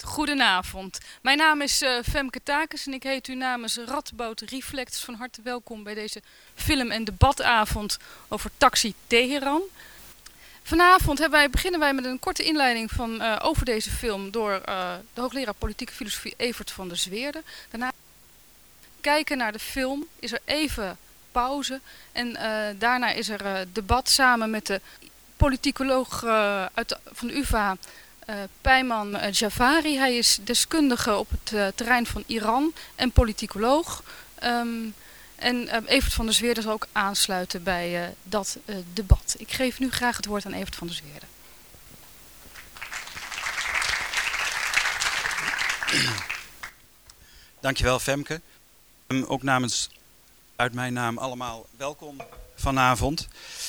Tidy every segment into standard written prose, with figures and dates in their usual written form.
Goedenavond. Mijn naam is Femke Takes en ik heet u namens Radboud Reflects van harte welkom bij deze film- en debatavond over Taxi Teheran. Vanavond beginnen wij met een korte inleiding over deze film door de hoogleraar politieke filosofie Evert van der Zweerde. Daarna kijken naar de film, is er even pauze en daarna is er debat samen met de politicoloog van de UvA, Peyman Javari. Hij is deskundige op het terrein van Iran en politicoloog. Evert van der Zweerde zal ook aansluiten bij dat debat. Ik geef nu graag het woord aan Evert van der Zweerde. Dankjewel Femke. Ook uit mijn naam allemaal welkom vanavond.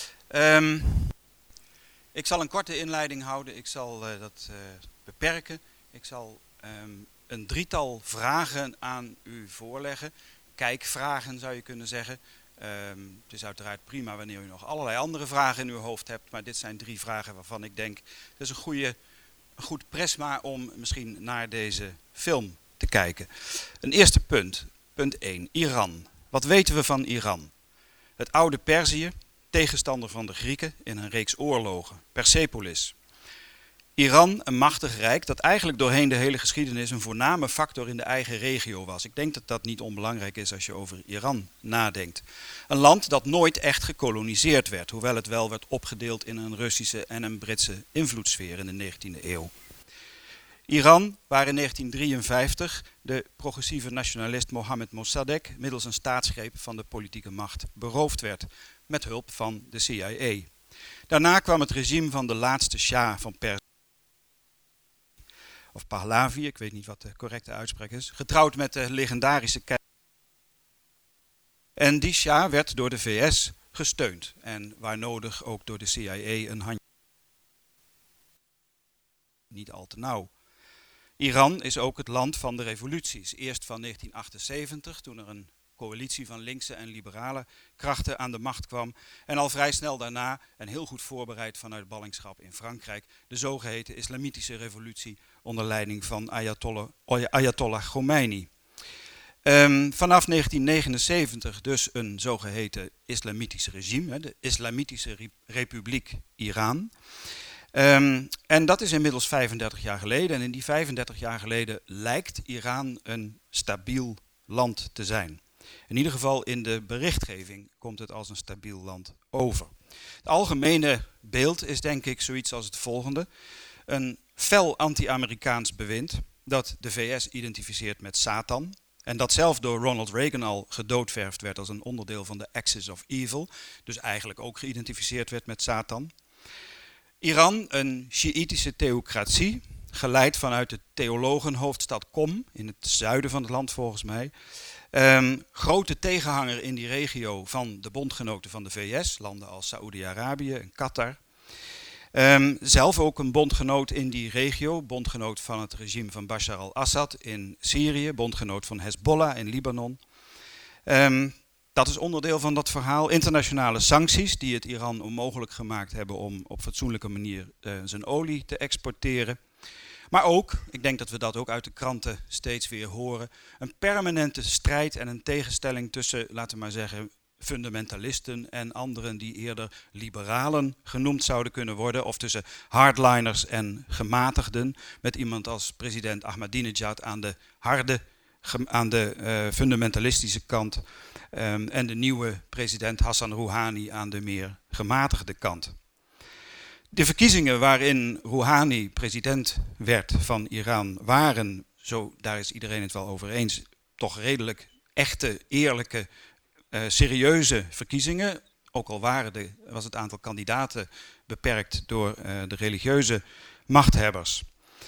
Ik zal een korte inleiding houden. Ik zal dat beperken. Ik zal een drietal vragen aan u voorleggen. Kijkvragen zou je kunnen zeggen. Het is uiteraard prima wanneer u nog allerlei andere vragen in uw hoofd hebt. Maar dit zijn 3 vragen waarvan ik denk, het is een goed prisma om misschien naar deze film te kijken. Een eerste punt. Punt 1. Iran. Wat weten we van Iran? Het oude Perzië, tegenstander van de Grieken in een reeks oorlogen. Persepolis. Iran, een machtig rijk dat eigenlijk doorheen de hele geschiedenis een voorname factor in de eigen regio was. Ik denk dat dat niet onbelangrijk is als je over Iran nadenkt. Een land dat nooit echt gekoloniseerd werd, hoewel het wel werd opgedeeld in een Russische en een Britse invloedssfeer in de 19e eeuw. Iran, waar in 1953 de progressieve nationalist Mohammad Mossadegh middels een staatsgreep van de politieke macht beroofd werd, met hulp van de CIA. Daarna kwam het regime van de laatste Shah van Perzië, of Pahlavi, ik weet niet wat de correcte uitspraak is, getrouwd met de legendarische keizer. En die Shah werd door de VS gesteund en waar nodig ook door de CIA een handje. Niet al te nauw. Iran is ook het land van de revoluties. Eerst van 1978, toen er een coalitie van linkse en liberale krachten aan de macht kwam. En al vrij snel daarna, en heel goed voorbereid vanuit ballingschap in Frankrijk, de zogeheten islamitische revolutie onder leiding van Ayatollah Khomeini. Vanaf 1979 dus een zogeheten islamitisch regime, de Islamitische Republiek Iran. En dat is inmiddels 35 jaar geleden. En in die 35 jaar geleden lijkt Iran een stabiel land te zijn. In ieder geval in de berichtgeving komt het als een stabiel land over. Het algemene beeld is denk ik zoiets als het volgende. Een fel anti-Amerikaans bewind dat de VS identificeert met Satan. En dat zelf door Ronald Reagan al gedoodverfd werd als een onderdeel van de Axis of Evil. Dus eigenlijk ook geïdentificeerd werd met Satan. Iran, een Sjiïtische theocratie, geleid vanuit de theologenhoofdstad Qom, in het zuiden van het land volgens mij. Grote tegenhanger in die regio van de bondgenoten van de VS, landen als Saoedi-Arabië en Qatar. Zelf ook een bondgenoot in die regio, bondgenoot van het regime van Bashar al-Assad in Syrië, bondgenoot van Hezbollah in Libanon. Dat is onderdeel van dat verhaal. Internationale sancties die het Iran onmogelijk gemaakt hebben om op fatsoenlijke manier zijn olie te exporteren. Maar ook, ik denk dat we dat ook uit de kranten steeds weer horen, een permanente strijd en een tegenstelling tussen, laten we maar zeggen, fundamentalisten en anderen die eerder liberalen genoemd zouden kunnen worden, of tussen hardliners en gematigden, met iemand als president Ahmadinejad aan de fundamentalistische kant en de nieuwe president Hassan Rouhani aan de meer gematigde kant. De verkiezingen waarin Rouhani president werd van Iran waren, daar is iedereen het wel over eens, toch redelijk echte, eerlijke, serieuze verkiezingen. Ook al was het aantal kandidaten beperkt door de religieuze machthebbers.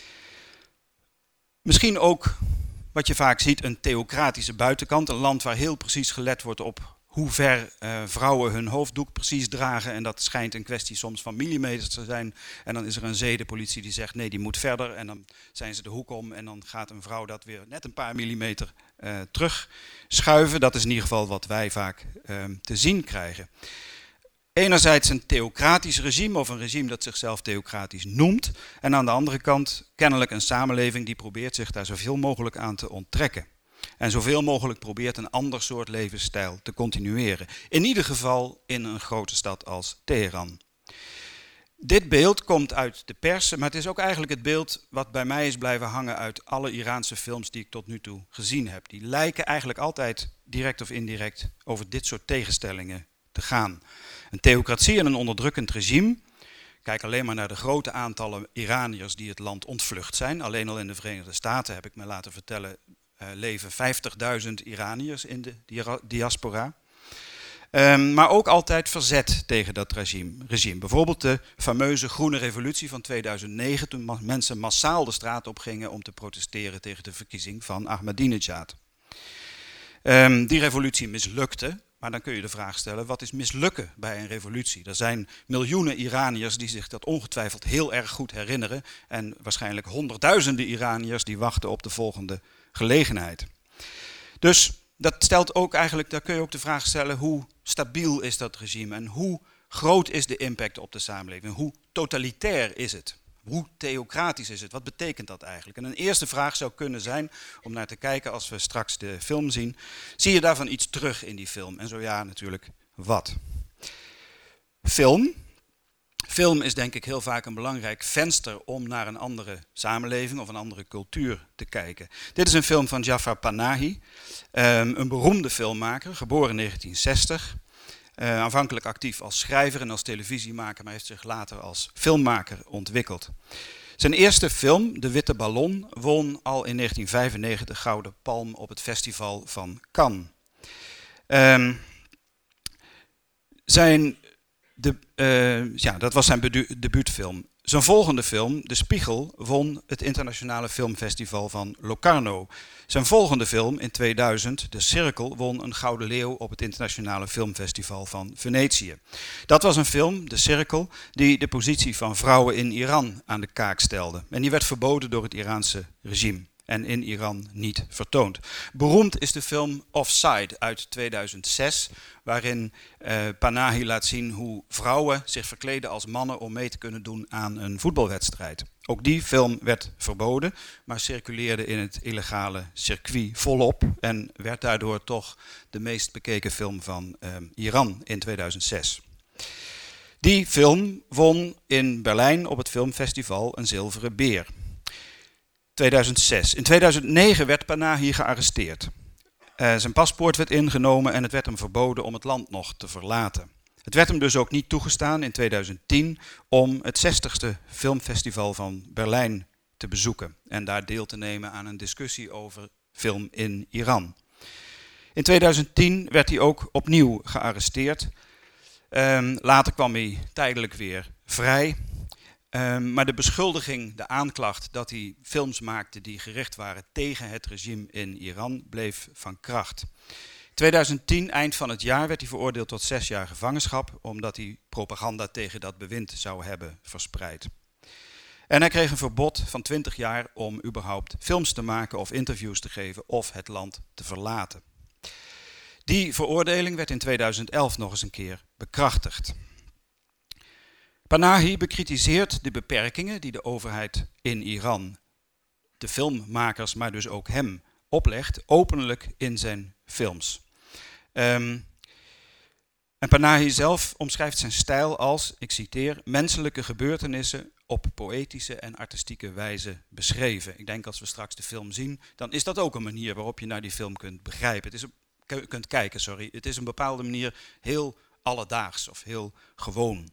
Misschien ook, wat je vaak ziet, een theocratische buitenkant. Een land waar heel precies gelet wordt op hoe ver vrouwen hun hoofddoek precies dragen. En dat schijnt een kwestie soms van millimeters te zijn. En dan is er een zedenpolitie die zegt nee, die moet verder. En dan zijn ze de hoek om en dan gaat een vrouw dat weer net een paar millimeter terugschuiven. Dat is in ieder geval wat wij vaak te zien krijgen. Enerzijds een theocratisch regime of een regime dat zichzelf theocratisch noemt. En aan de andere kant kennelijk een samenleving die probeert zich daar zoveel mogelijk aan te onttrekken. En zoveel mogelijk probeert een ander soort levensstijl te continueren. In ieder geval in een grote stad als Teheran. Dit beeld komt uit de pers, maar het is ook eigenlijk het beeld wat bij mij is blijven hangen uit alle Iraanse films die ik tot nu toe gezien heb. Die lijken eigenlijk altijd direct of indirect over dit soort tegenstellingen te gaan. Een theocratie en een onderdrukkend regime. Kijk alleen maar naar de grote aantallen Iraniërs die het land ontvlucht zijn. Alleen al in de Verenigde Staten, heb ik me laten vertellen, leven 50.000 Iraniërs in de diaspora. Maar ook altijd verzet tegen dat regime. Bijvoorbeeld de fameuze Groene Revolutie van 2009, toen mensen massaal de straat op gingen om te protesteren tegen de verkiezing van Ahmadinejad. Die revolutie mislukte, maar dan kun je de vraag stellen, wat is mislukken bij een revolutie? Er zijn miljoenen Iraniërs die zich dat ongetwijfeld heel erg goed herinneren en waarschijnlijk honderdduizenden Iraniërs die wachten op de volgende gelegenheid. Dus dat stelt ook eigenlijk, daar kun je ook de vraag stellen, hoe stabiel is dat regime en hoe groot is de impact op de samenleving? Hoe totalitair is het? Hoe theocratisch is het? Wat betekent dat eigenlijk? En een eerste vraag zou kunnen zijn, om naar te kijken als we straks de film zien, zie je daarvan iets terug in die film? En zo ja, natuurlijk wat? Film is denk ik heel vaak een belangrijk venster om naar een andere samenleving of een andere cultuur te kijken. Dit is een film van Jafar Panahi, een beroemde filmmaker, geboren in 1960. Aanvankelijk actief als schrijver en als televisiemaker, maar heeft zich later als filmmaker ontwikkeld. Zijn eerste film, De Witte Ballon, won al in 1995 Gouden Palm op het festival van Cannes. Dat was zijn debuutfilm. Zijn volgende film, De Spiegel, won het internationale filmfestival van Locarno. Zijn volgende film in 2000, De Cirkel, won een Gouden Leeuw op het internationale filmfestival van Venetië. Dat was een film, De Cirkel, die de positie van vrouwen in Iran aan de kaak stelde. En die werd verboden door het Iraanse regime en in Iran niet vertoond. Beroemd is de film Offside uit 2006, waarin Panahi laat zien hoe vrouwen zich verkleden als mannen om mee te kunnen doen aan een voetbalwedstrijd. Ook die film werd verboden, maar circuleerde in het illegale circuit volop en werd daardoor toch de meest bekeken film van Iran in 2006. Die film won in Berlijn op het filmfestival een zilveren beer. 2006. In 2009 werd Panahi gearresteerd. Zijn paspoort werd ingenomen en het werd hem verboden om het land nog te verlaten. Het werd hem dus ook niet toegestaan in 2010 om het 60ste filmfestival van Berlijn te bezoeken en daar deel te nemen aan een discussie over film in Iran. In 2010 werd hij ook opnieuw gearresteerd. Later kwam hij tijdelijk weer vrij. Maar de beschuldiging, de aanklacht dat hij films maakte die gericht waren tegen het regime in Iran, bleef van kracht. 2010, eind van het jaar, werd hij veroordeeld tot 6 jaar gevangenschap, omdat hij propaganda tegen dat bewind zou hebben verspreid. En hij kreeg een verbod van 20 jaar om überhaupt films te maken of interviews te geven of het land te verlaten. Die veroordeling werd in 2011 nog eens een keer bekrachtigd. Panahi bekritiseert de beperkingen die de overheid in Iran de filmmakers, maar dus ook hem, oplegt, openlijk in zijn films. En Panahi zelf omschrijft zijn stijl als, ik citeer, menselijke gebeurtenissen op poëtische en artistieke wijze beschreven. Ik denk als we straks de film zien, dan is dat ook een manier waarop je naar die film kunt begrijpen. Kunt kijken. Het is een bepaalde manier heel alledaags of heel gewoon.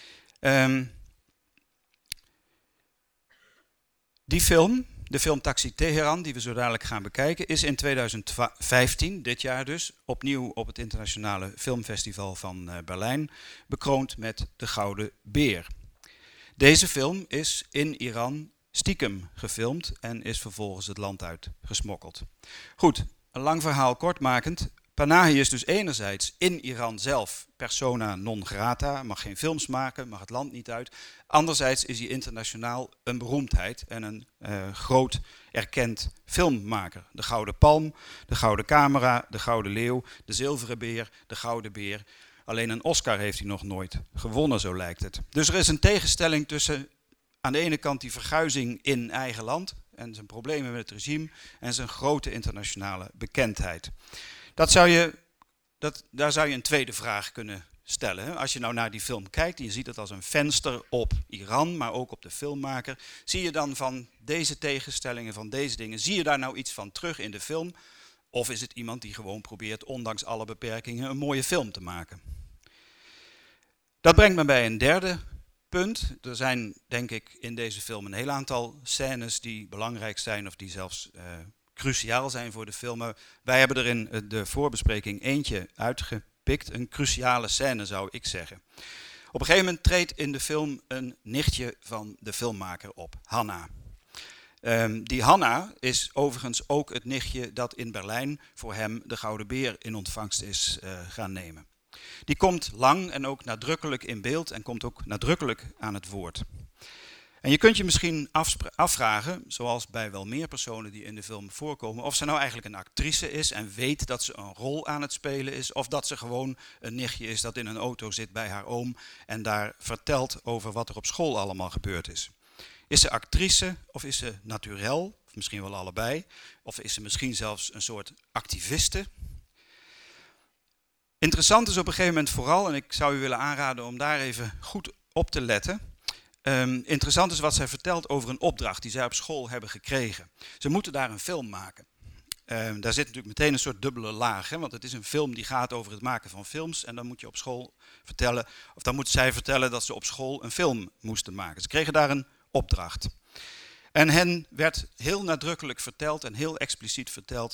Die film, de film Taxi Teheran, die we zo dadelijk gaan bekijken, is in 2015, dit jaar dus, opnieuw op het internationale filmfestival van Berlijn, bekroond met de Gouden Beer. Deze film is in Iran stiekem gefilmd en is vervolgens het land uit gesmokkeld. Goed, een lang verhaal kortmakend. Panahi is dus enerzijds in Iran zelf persona non grata, mag geen films maken, mag het land niet uit. Anderzijds is hij internationaal een beroemdheid en een groot erkend filmmaker. De Gouden Palm, de Gouden Camera, de Gouden Leeuw, de Zilveren Beer, de Gouden Beer. Alleen een Oscar heeft hij nog nooit gewonnen, zo lijkt het. Dus er is een tegenstelling tussen aan de ene kant die verguizing in eigen land en zijn problemen met het regime en zijn grote internationale bekendheid. Daar zou je een tweede vraag kunnen stellen. Hè? Als je nou naar die film kijkt en je ziet het als een venster op Iran, maar ook op de filmmaker, zie je dan van deze tegenstellingen, van deze dingen, zie je daar nou iets van terug in de film? Of is het iemand die gewoon probeert, ondanks alle beperkingen, een mooie film te maken? Dat brengt me bij een derde punt. Er zijn, denk ik, in deze film een heel aantal scènes die belangrijk zijn of die zelfs cruciaal zijn voor de film. Maar wij hebben er in de voorbespreking eentje uitgepikt. Een cruciale scène, zou ik zeggen. Op een gegeven moment treedt in de film een nichtje van de filmmaker op, Hanna. Die Hanna is overigens ook het nichtje dat in Berlijn voor hem de Gouden Beer in ontvangst is gaan nemen. Die komt lang en ook nadrukkelijk in beeld en komt ook nadrukkelijk aan het woord. En je kunt je misschien afvragen, zoals bij wel meer personen die in de film voorkomen, of ze nou eigenlijk een actrice is en weet dat ze een rol aan het spelen is, of dat ze gewoon een nichtje is dat in een auto zit bij haar oom en daar vertelt over wat er op school allemaal gebeurd is. Is ze actrice of is ze naturel, of misschien wel allebei, of is ze misschien zelfs een soort activiste? Interessant is op een gegeven moment vooral, en ik zou u willen aanraden om daar even goed op te letten. Interessant is wat zij vertelt over een opdracht die zij op school hebben gekregen. Ze moeten daar een film maken. Daar zit natuurlijk meteen een soort dubbele laag, hè, want het is een film die gaat over het maken van films. En dan moet je op school vertellen, of dan moet zij vertellen dat ze op school een film moesten maken. Ze kregen daar een opdracht. En hen werd heel nadrukkelijk verteld en heel expliciet verteld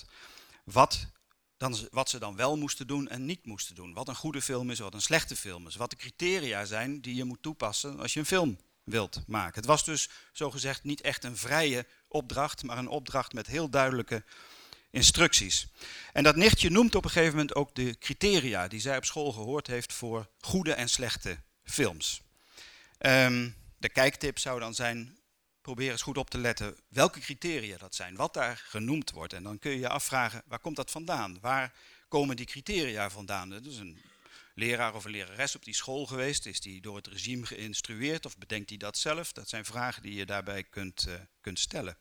wat ze dan wel moesten doen en niet moesten doen. Wat een goede film is, wat een slechte film is. Wat de criteria zijn die je moet toepassen als je een film wilt maken. Het was dus zogezegd niet echt een vrije opdracht, maar een opdracht met heel duidelijke instructies. En dat nichtje noemt op een gegeven moment ook de criteria die zij op school gehoord heeft voor goede en slechte films. De kijktip zou dan zijn, probeer eens goed op te letten welke criteria dat zijn, wat daar genoemd wordt. En dan kun je je afvragen, waar komt dat vandaan? Waar komen die criteria vandaan? Er is een leraar of een lerares op die school geweest. Is die door het regime geïnstrueerd of bedenkt hij dat zelf? Dat zijn vragen die je daarbij kunt stellen.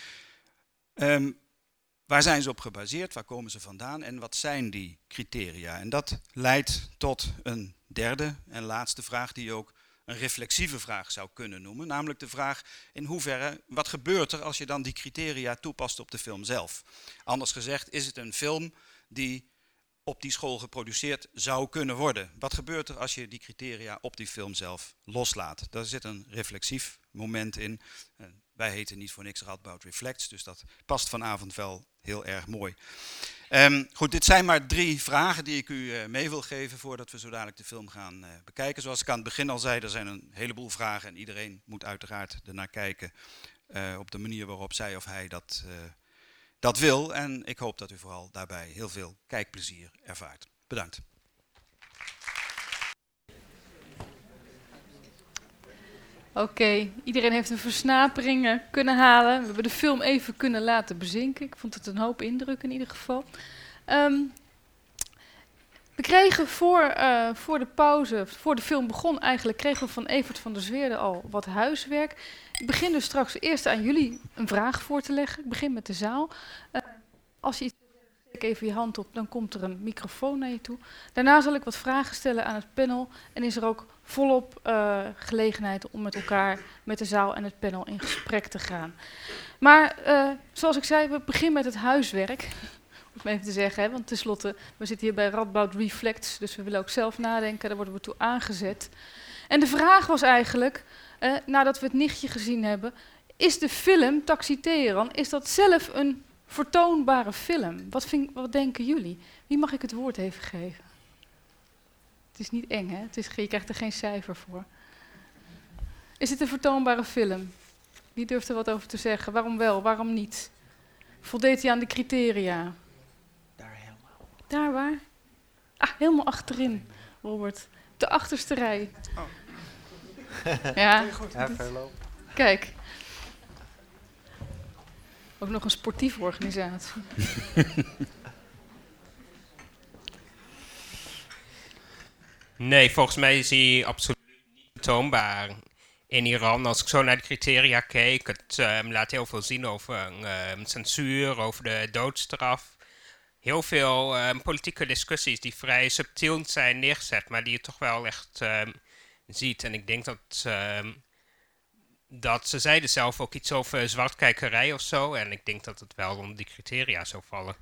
Waar zijn ze op gebaseerd? Waar komen ze vandaan? En wat zijn die criteria? En dat leidt tot een derde en laatste vraag die je ook een reflexieve vraag zou kunnen noemen. Namelijk de vraag in hoeverre, wat gebeurt er als je dan die criteria toepast op de film zelf? Anders gezegd, is het een film die op die school geproduceerd zou kunnen worden? Wat gebeurt er als je die criteria op die film zelf loslaat? Daar zit een reflexief moment in. Wij heten niet voor niks Radboud Reflects, dus dat past vanavond wel heel erg mooi. Goed, dit zijn maar 3 vragen die ik u mee wil geven voordat we zo dadelijk de film gaan bekijken. Zoals ik aan het begin al zei, er zijn een heleboel vragen en iedereen moet uiteraard ernaar kijken op de manier waarop zij of hij dat wil. En ik hoop dat u vooral daarbij heel veel kijkplezier ervaart. Bedankt. Oké, iedereen heeft een versnapering kunnen halen. We hebben de film even kunnen laten bezinken. Ik vond het een hoop indruk in ieder geval. We kregen voor de pauze, voor de film begon eigenlijk, kregen we van Evert van der Zweerde al wat huiswerk. Ik begin dus straks eerst aan jullie een vraag voor te leggen. Ik begin met de zaal. Als je iets steek even je hand op, dan komt er een microfoon naar je toe. Daarna zal ik wat vragen stellen aan het panel en is er ook volop gelegenheid om met elkaar, met de zaal en het panel in gesprek te gaan. Maar zoals ik zei, we beginnen met het huiswerk. Om het even te zeggen, hè, want tenslotte, we zitten hier bij Radboud Reflects, dus we willen ook zelf nadenken, daar worden we toe aangezet. En de vraag was eigenlijk, nadat we het nichtje gezien hebben, is de film Taxi Teheran, is dat zelf een vertoonbare film? Wat denken jullie? Wie mag ik het woord even geven? Het is niet eng, hè? Je krijgt er geen cijfer voor. Is het een vertoonbare film? Wie durft er wat over te zeggen? Waarom wel, waarom niet? Voldeed hij aan de criteria? Daar helemaal. Daar waar? Ah, helemaal achterin, Robert. De achterste rij. Oh. Ja, Ja, verloop. kijk. Ook nog een sportieve organisatie. Nou, Nee, volgens mij is hij absoluut niet toonbaar in Iran. Als ik zo naar de criteria keek, het laat heel veel zien over censuur, over de doodstraf. Heel veel politieke discussies die vrij subtiel zijn neergezet, maar die je toch wel echt ziet. En ik denk dat ze zeiden zelf ook iets over zwartkijkerij of zo. En ik denk dat het wel onder die criteria zou vallen.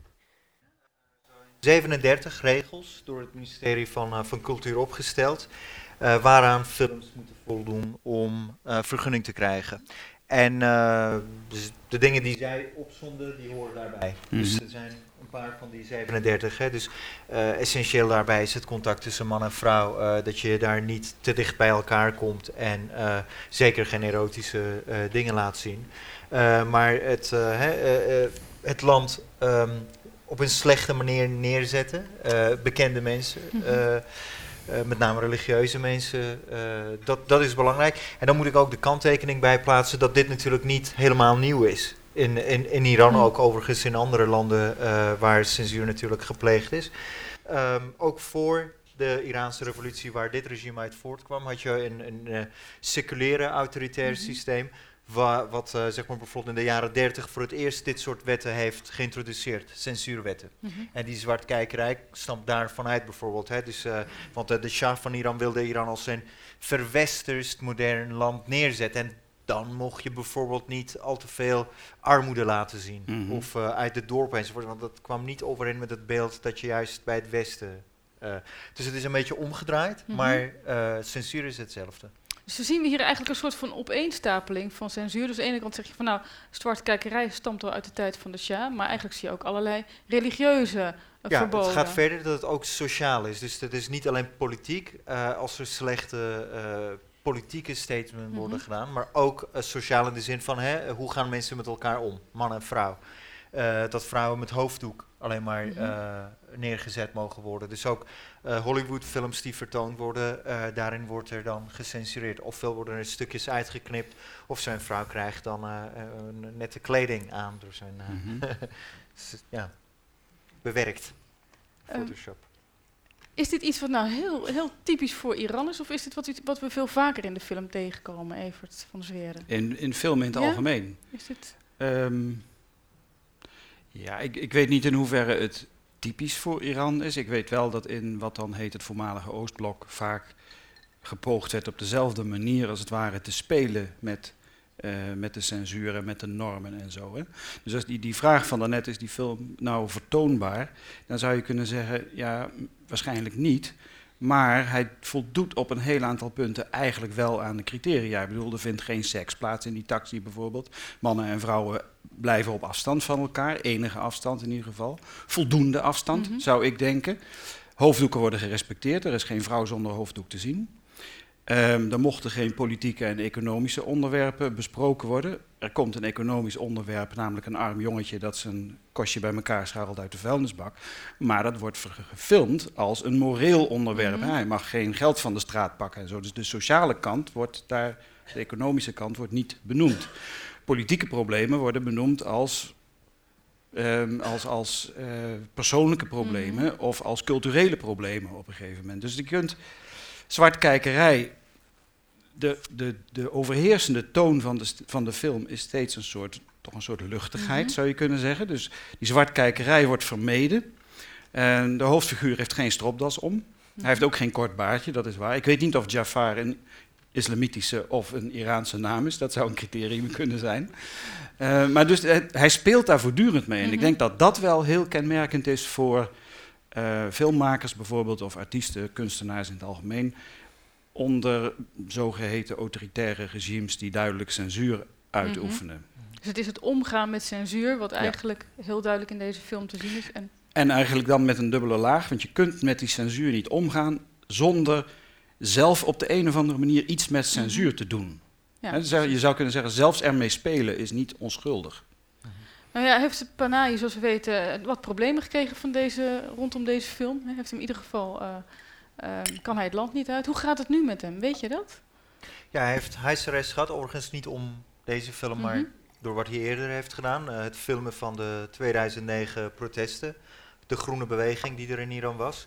37 regels door het ministerie van Cultuur opgesteld, waaraan films moeten voldoen om vergunning te krijgen. En dus de dingen die zij opzonden, die horen daarbij. Dus er zijn een paar van die 37. Hè. Dus essentieel daarbij is het contact tussen man en vrouw. Dat je daar niet te dicht bij elkaar komt en zeker geen erotische dingen laat zien. Maar het land op een slechte manier neerzetten. Bekende mensen, met name religieuze mensen, dat is belangrijk. En dan moet ik ook de kanttekening bij plaatsen dat dit natuurlijk niet helemaal nieuw is. In Iran ook, overigens in andere landen waar censuur natuurlijk gepleegd is. Ook voor de Iraanse revolutie, waar dit regime uit voortkwam, had je een seculiere autoritair systeem. Wat zeg maar bijvoorbeeld in de jaren 30 voor het eerst dit soort wetten heeft geïntroduceerd, censuurwetten. En die zwartkijkerij stamt daarvan uit bijvoorbeeld. Hè. Dus, want de Shah van Iran wilde Iran als een verwesterst modern land neerzetten. En dan mocht je bijvoorbeeld niet al te veel armoede laten zien. Of uit de dorpen enzovoort. Want dat kwam niet overeen met het beeld dat je juist bij het Westen... dus het is een beetje omgedraaid, maar censuur is hetzelfde. Dus dan zien we hier eigenlijk een soort van opeenstapeling van censuur. Dus aan de ene kant zeg je van nou, zwartkijkerij stamt al uit de tijd van de Shah, maar eigenlijk zie je ook allerlei religieuze verboden. Het gaat verder dat het ook sociaal is. Dus het is niet alleen politiek, als er slechte politieke statements worden gedaan, maar ook sociaal in de zin van hoe gaan mensen met elkaar om, man en vrouw. Dat vrouwen met hoofddoek alleen maar neergezet mogen worden. Dus ook Hollywoodfilms die vertoond worden, daarin wordt er dan gecensureerd. Ofwel worden er stukjes uitgeknipt, of zo'n vrouw krijgt dan een nette kleding aan door zijn bewerkt. Photoshop. Is dit iets wat nou heel typisch voor Iran is, of is dit wat we veel vaker in de film tegenkomen, Evert van Zweren? In film in het algemeen. Is dit... Ja, ik weet niet in hoeverre het typisch voor Iran is. Ik weet wel dat in wat dan heet het voormalige Oostblok vaak gepoogd werd op dezelfde manier als het ware te spelen met de censuur en met de normen en zo. Hè. Dus als die vraag van daarnet, is die film nou vertoonbaar? Dan zou je kunnen zeggen, ja, waarschijnlijk niet. Maar hij voldoet op een heel aantal punten eigenlijk wel aan de criteria. Ik bedoel, er vindt geen seks plaats in die taxi bijvoorbeeld. Mannen en vrouwen blijven op afstand van elkaar. Enige afstand in ieder geval. Voldoende afstand, zou ik denken. Hoofddoeken worden gerespecteerd. Er is geen vrouw zonder hoofddoek te zien. Er mochten geen politieke en economische onderwerpen besproken worden. Er komt een economisch onderwerp, namelijk een arm jongetje dat zijn kostje bij elkaar scharrelt uit de vuilnisbak. Maar dat wordt gefilmd als een moreel onderwerp. Hij mag geen geld van de straat pakken en zo. Dus de sociale kant wordt daar, de economische kant wordt niet benoemd. Politieke problemen worden benoemd als persoonlijke problemen of als culturele problemen op een gegeven moment. Dus je kunt zwartkijkerij. De overheersende toon van de film is steeds toch een soort luchtigheid, zou je kunnen zeggen. Dus die zwartkijkerij wordt vermeden. En de hoofdfiguur heeft geen stropdas om. Hij heeft ook geen kort baardje, dat is waar. Ik weet niet of Jafar een islamitische of een Iraanse naam is. Dat zou een criterium kunnen zijn. Maar dus hij speelt daar voortdurend mee. En ik denk dat dat wel heel kenmerkend is voor filmmakers bijvoorbeeld, of artiesten, kunstenaars in het algemeen, onder zogeheten autoritaire regimes die duidelijk censuur uitoefenen. Dus het is het omgaan met censuur, wat eigenlijk heel duidelijk in deze film te zien is. En eigenlijk dan met een dubbele laag, want je kunt met die censuur niet omgaan zonder zelf op de een of andere manier iets met censuur te doen. Ja, je zou kunnen zeggen, zelfs ermee spelen is niet onschuldig. Nou ja, heeft Panahi, zoals we weten, wat problemen gekregen rondom deze film? Hij heeft hem in ieder geval... kan hij het land niet uit. Hoe gaat het nu met hem? Weet je dat? Ja, hij heeft huisarrest gehad. Overigens niet om deze film, maar door wat hij eerder heeft gedaan. Het filmen van de 2009 protesten. De groene beweging die er in Iran was.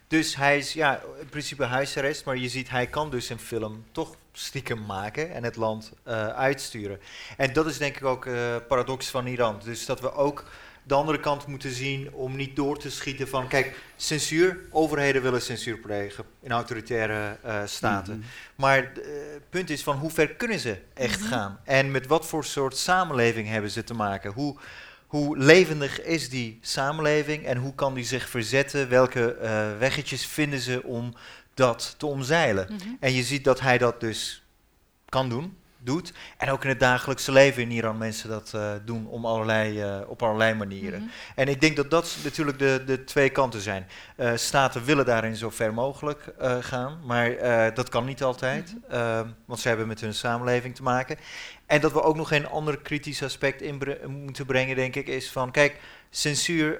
Dus hij is in principe huisarrest, maar je ziet, hij kan dus een film toch stiekem maken en het land uitsturen. En dat is denk ik ook paradox van Iran. Dus dat we ook de andere kant moeten zien om niet door te schieten van, kijk, censuur, overheden willen censuur plegen in autoritaire staten. Maar het punt is van, hoe ver kunnen ze echt gaan? En met wat voor soort samenleving hebben ze te maken? Hoe levendig is die samenleving en hoe kan die zich verzetten? Welke weggetjes vinden ze om dat te omzeilen? En je ziet dat hij dat dus kan doen, doet. En ook in het dagelijkse leven in Iran mensen dat doen op allerlei manieren. En ik denk dat dat natuurlijk de twee kanten zijn. Staten willen daarin zo ver mogelijk gaan, maar dat kan niet altijd. Want ze hebben met hun samenleving te maken. En dat we ook nog een ander kritisch aspect in moeten brengen, denk ik, is van, kijk, censuur,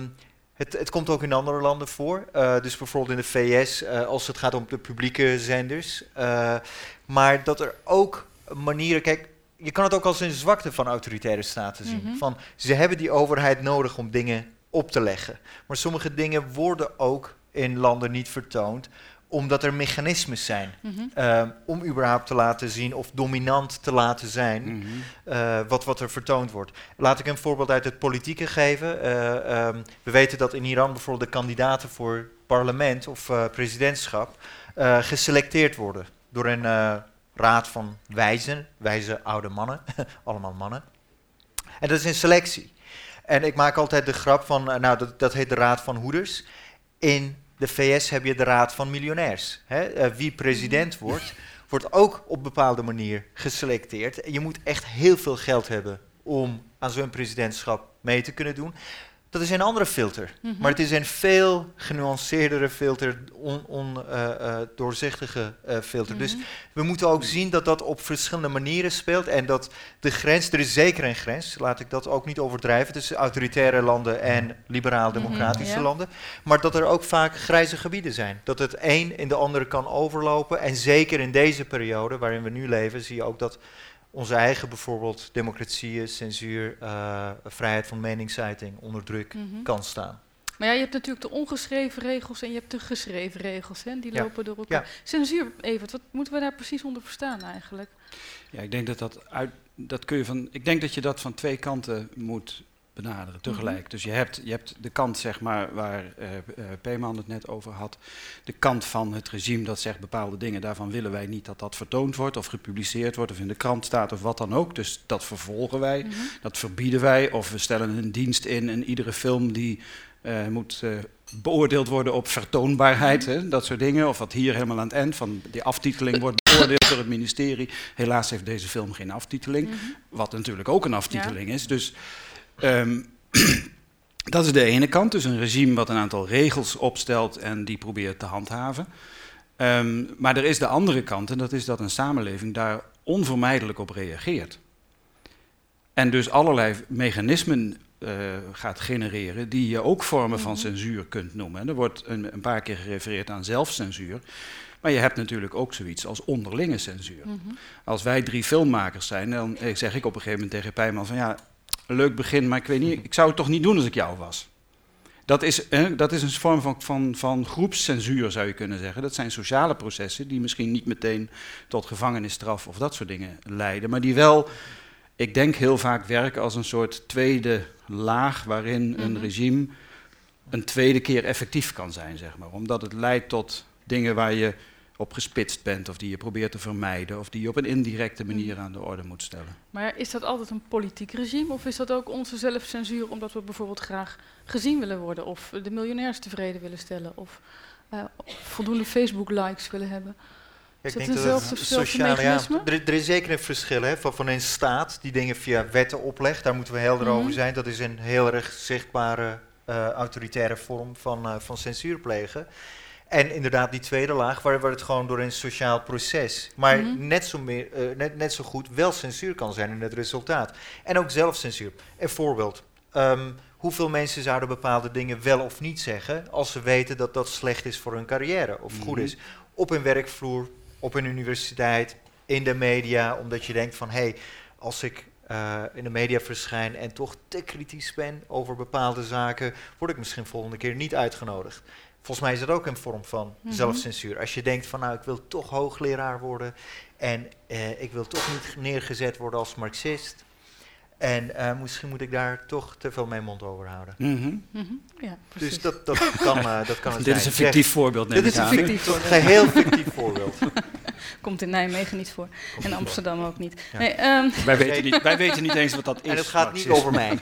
het komt ook in andere landen voor. Dus bijvoorbeeld in de VS, als het gaat om de publieke zenders. Maar dat er ook manieren, kijk, je kan het ook als een zwakte van autoritaire staten zien. Van, ze hebben die overheid nodig om dingen op te leggen. Maar sommige dingen worden ook in landen niet vertoond, omdat er mechanismes zijn om überhaupt te laten zien of dominant te laten zijn wat er vertoond wordt. Laat ik een voorbeeld uit het politieke geven. We weten dat in Iran bijvoorbeeld de kandidaten voor parlement of presidentschap geselecteerd worden door een raad van wijze oude mannen, allemaal mannen. En dat is een selectie. En ik maak altijd de grap van, dat heet de raad van hoeders. In de VS heb je de raad van miljonairs. Wie president wordt ook op een bepaalde manier geselecteerd. En je moet echt heel veel geld hebben om aan zo'n presidentschap mee te kunnen doen. Dat is een andere filter. Maar het is een veel genuanceerdere filter, doorzichtige filter. Dus we moeten ook zien dat dat op verschillende manieren speelt. En dat de grens, er is zeker een grens, laat ik dat ook niet overdrijven, tussen autoritaire landen en liberaal-democratische landen. Maar dat er ook vaak grijze gebieden zijn. Dat het een in de andere kan overlopen. En zeker in deze periode waarin we nu leven, zie je ook dat onze eigen bijvoorbeeld democratieën, censuur, vrijheid van meningsuiting onder druk kan staan. Maar ja, je hebt natuurlijk de ongeschreven regels en je hebt de geschreven regels. Hè? Die lopen door elkaar. Ja. Censuur, Evert, wat moeten we daar precies onder verstaan eigenlijk? Ja, ik denk ik denk dat je dat van twee kanten moet benaderen tegelijk. Dus je hebt de kant, zeg maar, waar Peeman het net over had. De kant van het regime dat zegt bepaalde dingen, daarvan willen wij niet dat dat vertoond wordt of gepubliceerd wordt of in de krant staat of wat dan ook. Dus dat vervolgen wij, dat verbieden wij of we stellen een dienst in en iedere film die moet beoordeeld worden op vertoonbaarheid, hè, dat soort dingen. Of wat hier helemaal aan het eind van die aftiteling wordt beoordeeld door het ministerie. Helaas heeft deze film geen aftiteling, wat natuurlijk ook een aftiteling is. Dus dat is de ene kant, dus een regime wat een aantal regels opstelt en die probeert te handhaven. Maar er is de andere kant en dat is dat een samenleving daar onvermijdelijk op reageert. En dus allerlei mechanismen gaat genereren die je ook vormen van censuur kunt noemen. En er wordt een paar keer gerefereerd aan zelfcensuur. Maar je hebt natuurlijk ook zoiets als onderlinge censuur. Als wij 3 filmmakers zijn, dan zeg ik op een gegeven moment tegen Peeman van ja, een leuk begin, maar ik weet niet, ik zou het toch niet doen als ik jou was. Dat is een vorm van groepscensuur, zou je kunnen zeggen. Dat zijn sociale processen die misschien niet meteen tot gevangenisstraf of dat soort dingen leiden, maar die wel, ik denk, heel vaak werken als een soort tweede laag waarin een regime een tweede keer effectief kan zijn, zeg maar. Omdat het leidt tot dingen waar je op gespitst bent of die je probeert te vermijden of die je op een indirecte manier aan de orde moet stellen. Maar is dat altijd een politiek regime of is dat ook onze zelfcensuur omdat we bijvoorbeeld graag gezien willen worden of de miljonairs tevreden willen stellen of voldoende Facebook-likes willen hebben? Ik denk dat het sociale, er is zeker een verschil van een staat die dingen via wetten oplegt. Daar moeten we helder over zijn. Dat is een heel erg zichtbare autoritaire vorm van censuur plegen. En inderdaad die tweede laag, waar het gewoon door een sociaal proces, maar net zo goed wel censuur kan zijn in het resultaat. En ook zelfcensuur. Een voorbeeld. Hoeveel mensen zouden bepaalde dingen wel of niet zeggen als ze weten dat dat slecht is voor hun carrière of goed is? Op een werkvloer, op een universiteit, in de media, omdat je denkt van als ik in de media verschijn en toch te kritisch ben over bepaalde zaken, word ik misschien volgende keer niet uitgenodigd. volgens mij is dat ook een vorm van zelfcensuur. Als je denkt van nou, ik wil toch hoogleraar worden en ik wil toch niet neergezet worden als marxist. En misschien moet ik daar toch te veel mijn mond over houden. Ja, precies. Dus dat kan het zijn. Dit is een fictief voorbeeld, neem Dit ik is aan. een geheel fictief voorbeeld. Komt in Nijmegen niet voor. En Amsterdam ook niet. Ja. Nee, Wij weten niet eens wat dat is. En het gaat niet marxisme. over mij.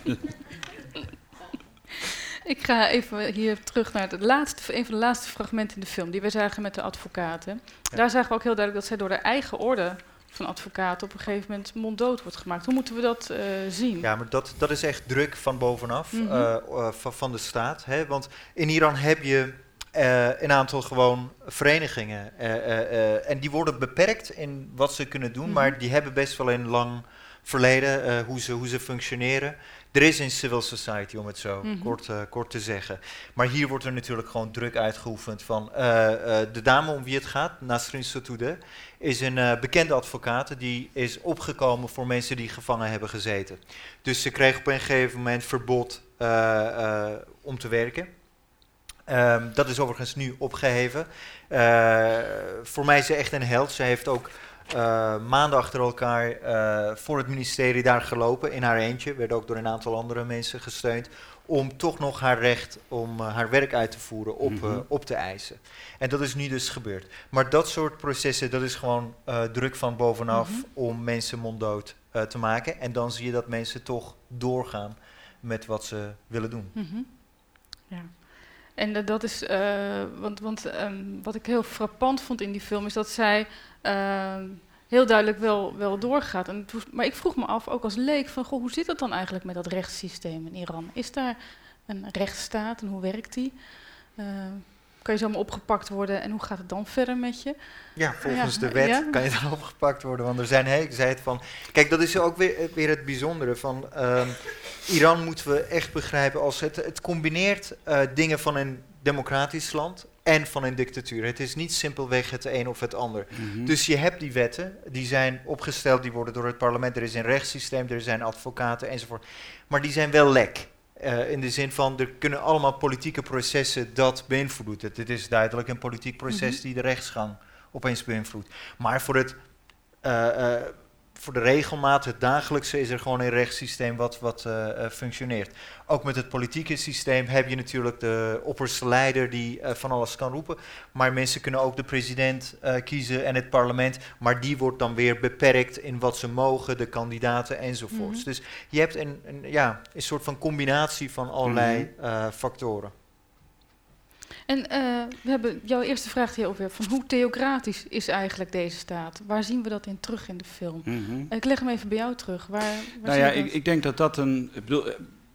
ik ga even hier terug naar een van de laatste fragmenten in de film, die we zagen met de advocaten. Ja. Daar zagen we ook heel duidelijk dat zij door de eigen orde van advocaten op een gegeven moment monddood wordt gemaakt. Hoe moeten we dat zien? Ja, maar dat is echt druk van bovenaf, van de staat. Hè? Want in Iran heb je een aantal gewoon verenigingen. En die worden beperkt in wat ze kunnen doen, maar die hebben best wel een lang verleden, hoe ze functioneren. Er is een civil society, om het zo kort te zeggen. Maar hier wordt er natuurlijk gewoon druk uitgeoefend van de dame om wie het gaat, Nasrin Sotoudeh, is een bekende advocaat die is opgekomen voor mensen die gevangen hebben gezeten. Dus ze kreeg op een gegeven moment verbod om te werken. Dat is overigens nu opgeheven. Voor mij is ze echt een held. Ze heeft ook maanden achter elkaar voor het ministerie daar gelopen in haar eentje. Werd ook door een aantal andere mensen gesteund. Om toch nog haar recht om haar werk uit te voeren op te eisen. En dat is nu dus gebeurd. Maar dat soort processen, dat is gewoon druk van bovenaf om mensen monddood te maken. En dan zie je dat mensen toch doorgaan met wat ze willen doen. Ja. En dat is, want wat ik heel frappant vond in die film is dat zij heel duidelijk wel doorgaat. Maar ik vroeg me af, ook als leek, van goh, hoe zit het dan eigenlijk met dat rechtssysteem in Iran? Is daar een rechtsstaat en hoe werkt die? Kan je zomaar opgepakt worden en hoe gaat het dan verder met je? Ja, volgens de wet kan je dan opgepakt worden. Want er zijn, ik zei het van... Kijk, dat is ook weer het bijzondere van... Iran moeten we echt begrijpen als het combineert dingen van een democratisch land en van een dictatuur. Het is niet simpelweg het een of het ander. Dus je hebt die wetten, die zijn opgesteld, die worden door het parlement. Er is een rechtssysteem, er zijn advocaten enzovoort. Maar die zijn wel lek. In de zin van, er kunnen allemaal politieke processen dat beïnvloeden. Dit is duidelijk een politiek proces die de rechtsgang opeens beïnvloedt. Maar voor de regelmaat, het dagelijkse, is er gewoon een rechtssysteem wat functioneert. Ook met het politieke systeem heb je natuurlijk de opperste leider die van alles kan roepen. Maar mensen kunnen ook de president kiezen en het parlement. Maar die wordt dan weer beperkt in wat ze mogen, de kandidaten enzovoorts. Dus je hebt een soort van combinatie van allerlei factoren. En we hebben jouw eerste vraag hier over van hoe theocratisch is eigenlijk deze staat? Waar zien we dat in terug in de film? Ik leg hem even bij jou terug. Ik denk dat een... Ik bedoel,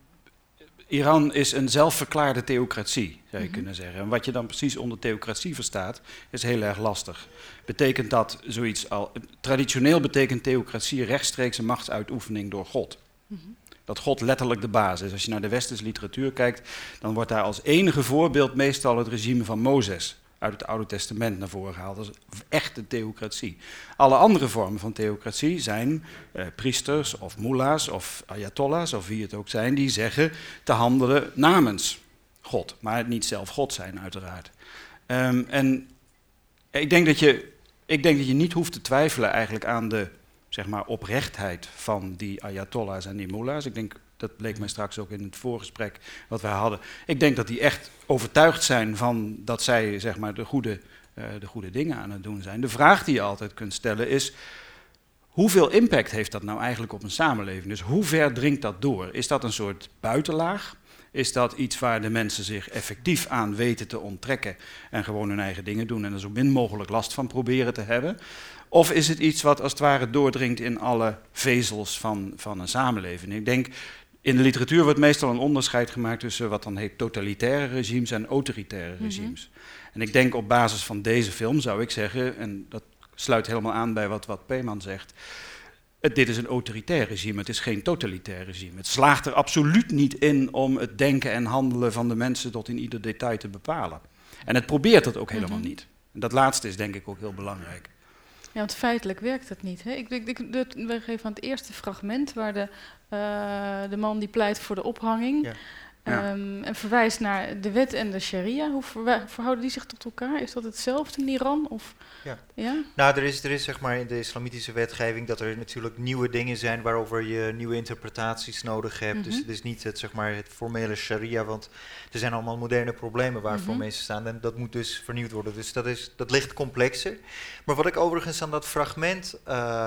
Iran is een zelfverklaarde theocratie, zou je kunnen zeggen. En wat je dan precies onder theocratie verstaat, is heel erg lastig. Betekent dat zoiets al... Traditioneel betekent theocratie rechtstreekse machtsuitoefening door God. Dat God letterlijk de baas is. Als je naar de westerse literatuur kijkt, dan wordt daar als enige voorbeeld meestal het regime van Mozes uit het Oude Testament naar voren gehaald. Dat is echte theocratie. Alle andere vormen van theocratie zijn priesters of mullahs of ayatollahs of wie het ook zijn, die zeggen te handelen namens God, maar niet zelf God zijn uiteraard. En ik denk dat je niet hoeft te twijfelen eigenlijk aan de zeg maar oprechtheid van die ayatollahs en die mullahs. Ik denk, dat bleek mij straks ook in het voorgesprek wat wij hadden. Ik denk dat die echt overtuigd zijn van dat zij zeg maar de goede dingen aan het doen zijn. De vraag die je altijd kunt stellen is, hoeveel impact heeft dat nou eigenlijk op een samenleving? Dus hoe ver dringt dat door? Is dat een soort buitenlaag? Is dat iets waar de mensen zich effectief aan weten te onttrekken en gewoon hun eigen dingen doen en er zo min mogelijk last van proberen te hebben? Of is het iets wat als het ware doordringt in alle vezels van een samenleving? Ik denk, in de literatuur wordt meestal een onderscheid gemaakt tussen wat dan heet totalitaire regimes en autoritaire regimes. En ik denk op basis van deze film zou ik zeggen, en dat sluit helemaal aan bij wat Peeman zegt, dit is een autoritair regime, het is geen totalitair regime. Het slaagt er absoluut niet in om het denken en handelen van de mensen tot in ieder detail te bepalen. En het probeert het ook helemaal niet. En dat laatste is denk ik ook heel belangrijk. Ja, want feitelijk werkt het niet. Hè? We geven aan het eerste fragment waar de man die pleit voor de ophanging. Ja. En verwijst naar de wet en de sharia. Hoe verhouden die zich tot elkaar? Is dat hetzelfde in Iran? Of, ja? Nou, er is zeg maar in de islamitische wetgeving dat er natuurlijk nieuwe dingen zijn waarover je nieuwe interpretaties nodig hebt. Dus het is niet het formele sharia, want er zijn allemaal moderne problemen waarvoor mensen staan. En dat moet dus vernieuwd worden. Dus dat ligt complexer. Maar wat ik overigens aan dat fragment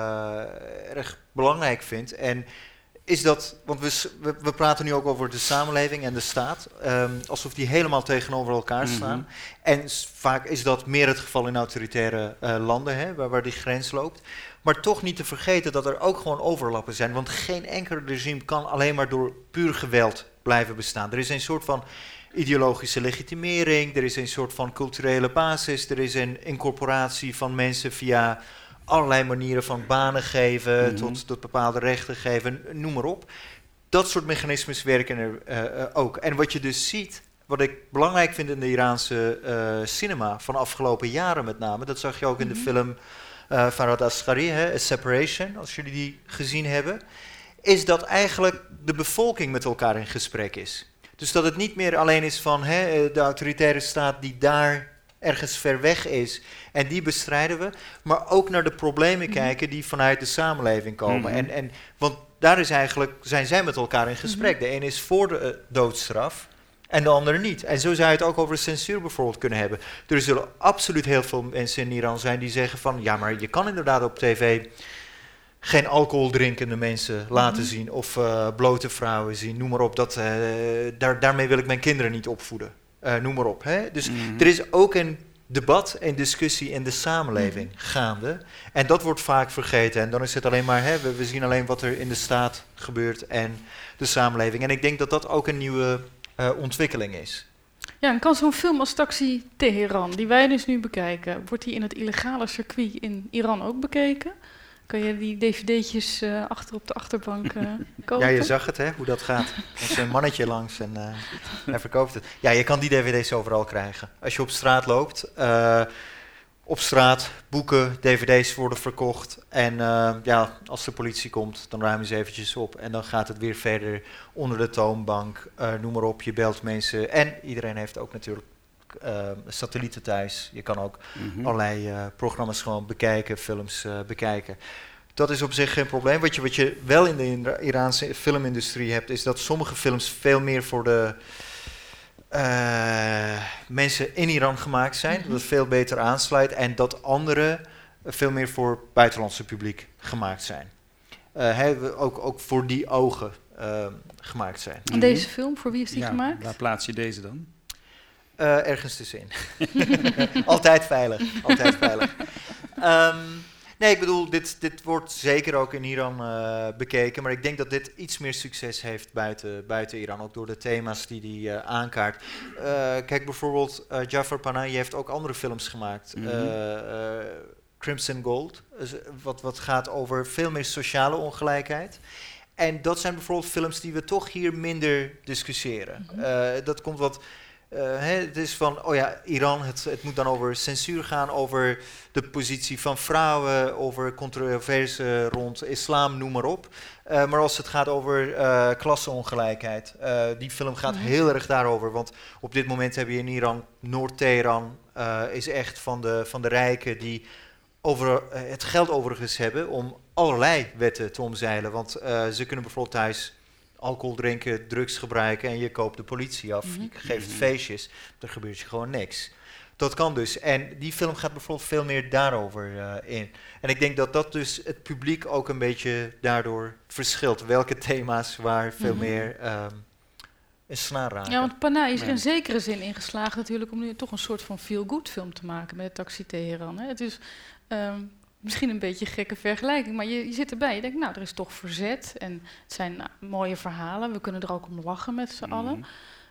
erg belangrijk vind, en is dat, want we praten nu ook over de samenleving en de staat, alsof die helemaal tegenover elkaar staan. En vaak is dat meer het geval in autoritaire landen, waar die grens loopt. Maar toch niet te vergeten dat er ook gewoon overlappen zijn, want geen enkel regime kan alleen maar door puur geweld blijven bestaan. Er is een soort van ideologische legitimering, er is een soort van culturele basis, er is een incorporatie van mensen via allerlei manieren van banen geven, tot bepaalde rechten geven, noem maar op. Dat soort mechanismes werken er ook. En wat je dus ziet, wat ik belangrijk vind in de Iraanse cinema van afgelopen jaren met name, dat zag je ook in de film Farhad Asghari, A Separation, als jullie die gezien hebben, is dat eigenlijk de bevolking met elkaar in gesprek is. Dus dat het niet meer alleen is van de autoritaire staat die daar ergens ver weg is en die bestrijden we, maar ook naar de problemen kijken die vanuit de samenleving komen. Want daar zijn zij met elkaar in gesprek. De een is voor de doodstraf en de andere niet. En zo zou je het ook over censuur bijvoorbeeld kunnen hebben. Er zullen absoluut heel veel mensen in Iran zijn die zeggen van, ja, maar je kan inderdaad op tv geen alcohol drinkende mensen laten zien of blote vrouwen zien, noem maar op. Daarmee wil ik mijn kinderen niet opvoeden. Noem maar op. Dus er is ook een debat en discussie in de samenleving gaande. En dat wordt vaak vergeten. En dan is het alleen maar, we zien alleen wat er in de staat gebeurt en de samenleving. En ik denk dat dat ook een nieuwe ontwikkeling is. Ja, en kan zo'n film als Taxi Teheran, die wij dus nu bekijken, wordt die in het illegale circuit in Iran ook bekeken? Kan je die dvd'tjes achter op de achterbank kopen? Ja, je zag het, hoe dat gaat. Er is een mannetje langs en hij verkoopt het. Ja, je kan die dvd's overal krijgen. Als je op straat loopt, op straat, boeken, dvd's worden verkocht. En als de politie komt, dan ruimen ze eventjes op. En dan gaat het weer verder onder de toonbank, noem maar op. Je belt mensen en iedereen heeft ook natuurlijk satellieten thuis. Je kan ook allerlei programma's gewoon bekijken, films bekijken. Dat is op zich geen probleem. Wat je wel in de Iraanse filmindustrie hebt, is dat sommige films veel meer voor de mensen in Iran gemaakt zijn. Dat het veel beter aansluit. En dat andere veel meer voor buitenlandse publiek gemaakt zijn. Ook voor die ogen gemaakt zijn. En deze film, voor wie is die gemaakt? Waar plaats je deze dan? Ergens tussenin. Altijd veilig. Altijd veilig. Nee, ik bedoel, dit wordt zeker ook in Iran bekeken. Maar ik denk dat dit iets meer succes heeft buiten Iran. Ook door de thema's die hij aankaart. Kijk, bijvoorbeeld Jafar Panahi heeft ook andere films gemaakt. Crimson Gold. Wat gaat over veel meer sociale ongelijkheid. En dat zijn bijvoorbeeld films die we toch hier minder discussiëren. Dat komt wat... het is van, Iran, het moet dan over censuur gaan, over de positie van vrouwen, over controverse rond islam, noem maar op. Maar als het gaat over klasseongelijkheid, die film gaat heel erg daarover. Want op dit moment heb je in Iran, Noord-Teheran is echt van de rijken die het geld overigens hebben om allerlei wetten te omzeilen. Want ze kunnen bijvoorbeeld thuis alcohol drinken, drugs gebruiken en je koopt de politie af. Je geeft feestjes, er gebeurt je gewoon niks. Dat kan dus. En die film gaat bijvoorbeeld veel meer daarover in. En ik denk dat dat dus het publiek ook een beetje daardoor verschilt. Welke thema's waar veel meer een snaar raken. Ja, want Panahi is er in zekere zin ingeslaagd natuurlijk om nu toch een soort van feel-good film te maken met Taxi Teheran. Het is misschien een beetje een gekke vergelijking, maar je zit erbij. Je denkt, nou, er is toch verzet en het zijn mooie verhalen. We kunnen er ook om lachen met z'n allen.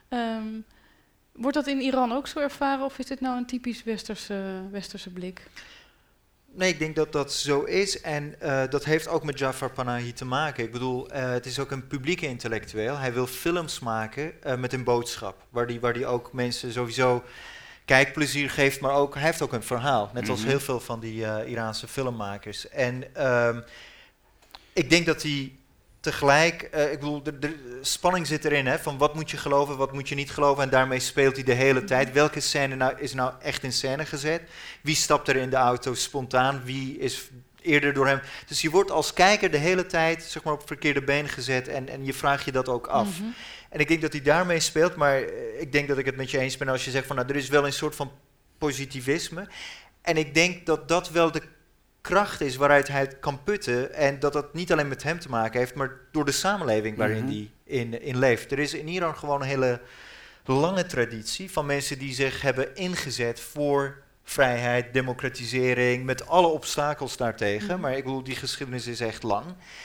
Wordt dat in Iran ook zo ervaren of is dit nou een typisch westerse blik? Nee, ik denk dat dat zo is en dat heeft ook met Jafar Panahi te maken. Ik bedoel, het is ook een publieke intellectueel. Hij wil films maken met een boodschap, waar die ook mensen sowieso kijkplezier geeft, maar ook, hij heeft ook een verhaal. Net als heel veel van die Iraanse filmmakers. En ik denk dat hij tegelijk, ik bedoel, de spanning zit erin, hè, van wat moet je geloven, wat moet je niet geloven. En daarmee speelt hij de hele tijd. Welke scène is nou echt in scène gezet? Wie stapt er in de auto spontaan? Wie is eerder door hem? Dus je wordt als kijker de hele tijd, zeg maar, op het verkeerde been gezet en je vraagt je dat ook af. Mhm. En ik denk dat hij daarmee speelt, maar ik denk dat ik het met je eens ben als je zegt van, nou, er is wel een soort van positivisme. En ik denk dat dat wel de kracht is waaruit hij het kan putten. En dat dat niet alleen met hem te maken heeft, maar door de samenleving waarin hij in leeft. Er is in Iran gewoon een hele lange traditie van mensen die zich hebben ingezet voor vrijheid, democratisering, met alle obstakels daartegen. Maar ik bedoel, die geschiedenis is echt lang.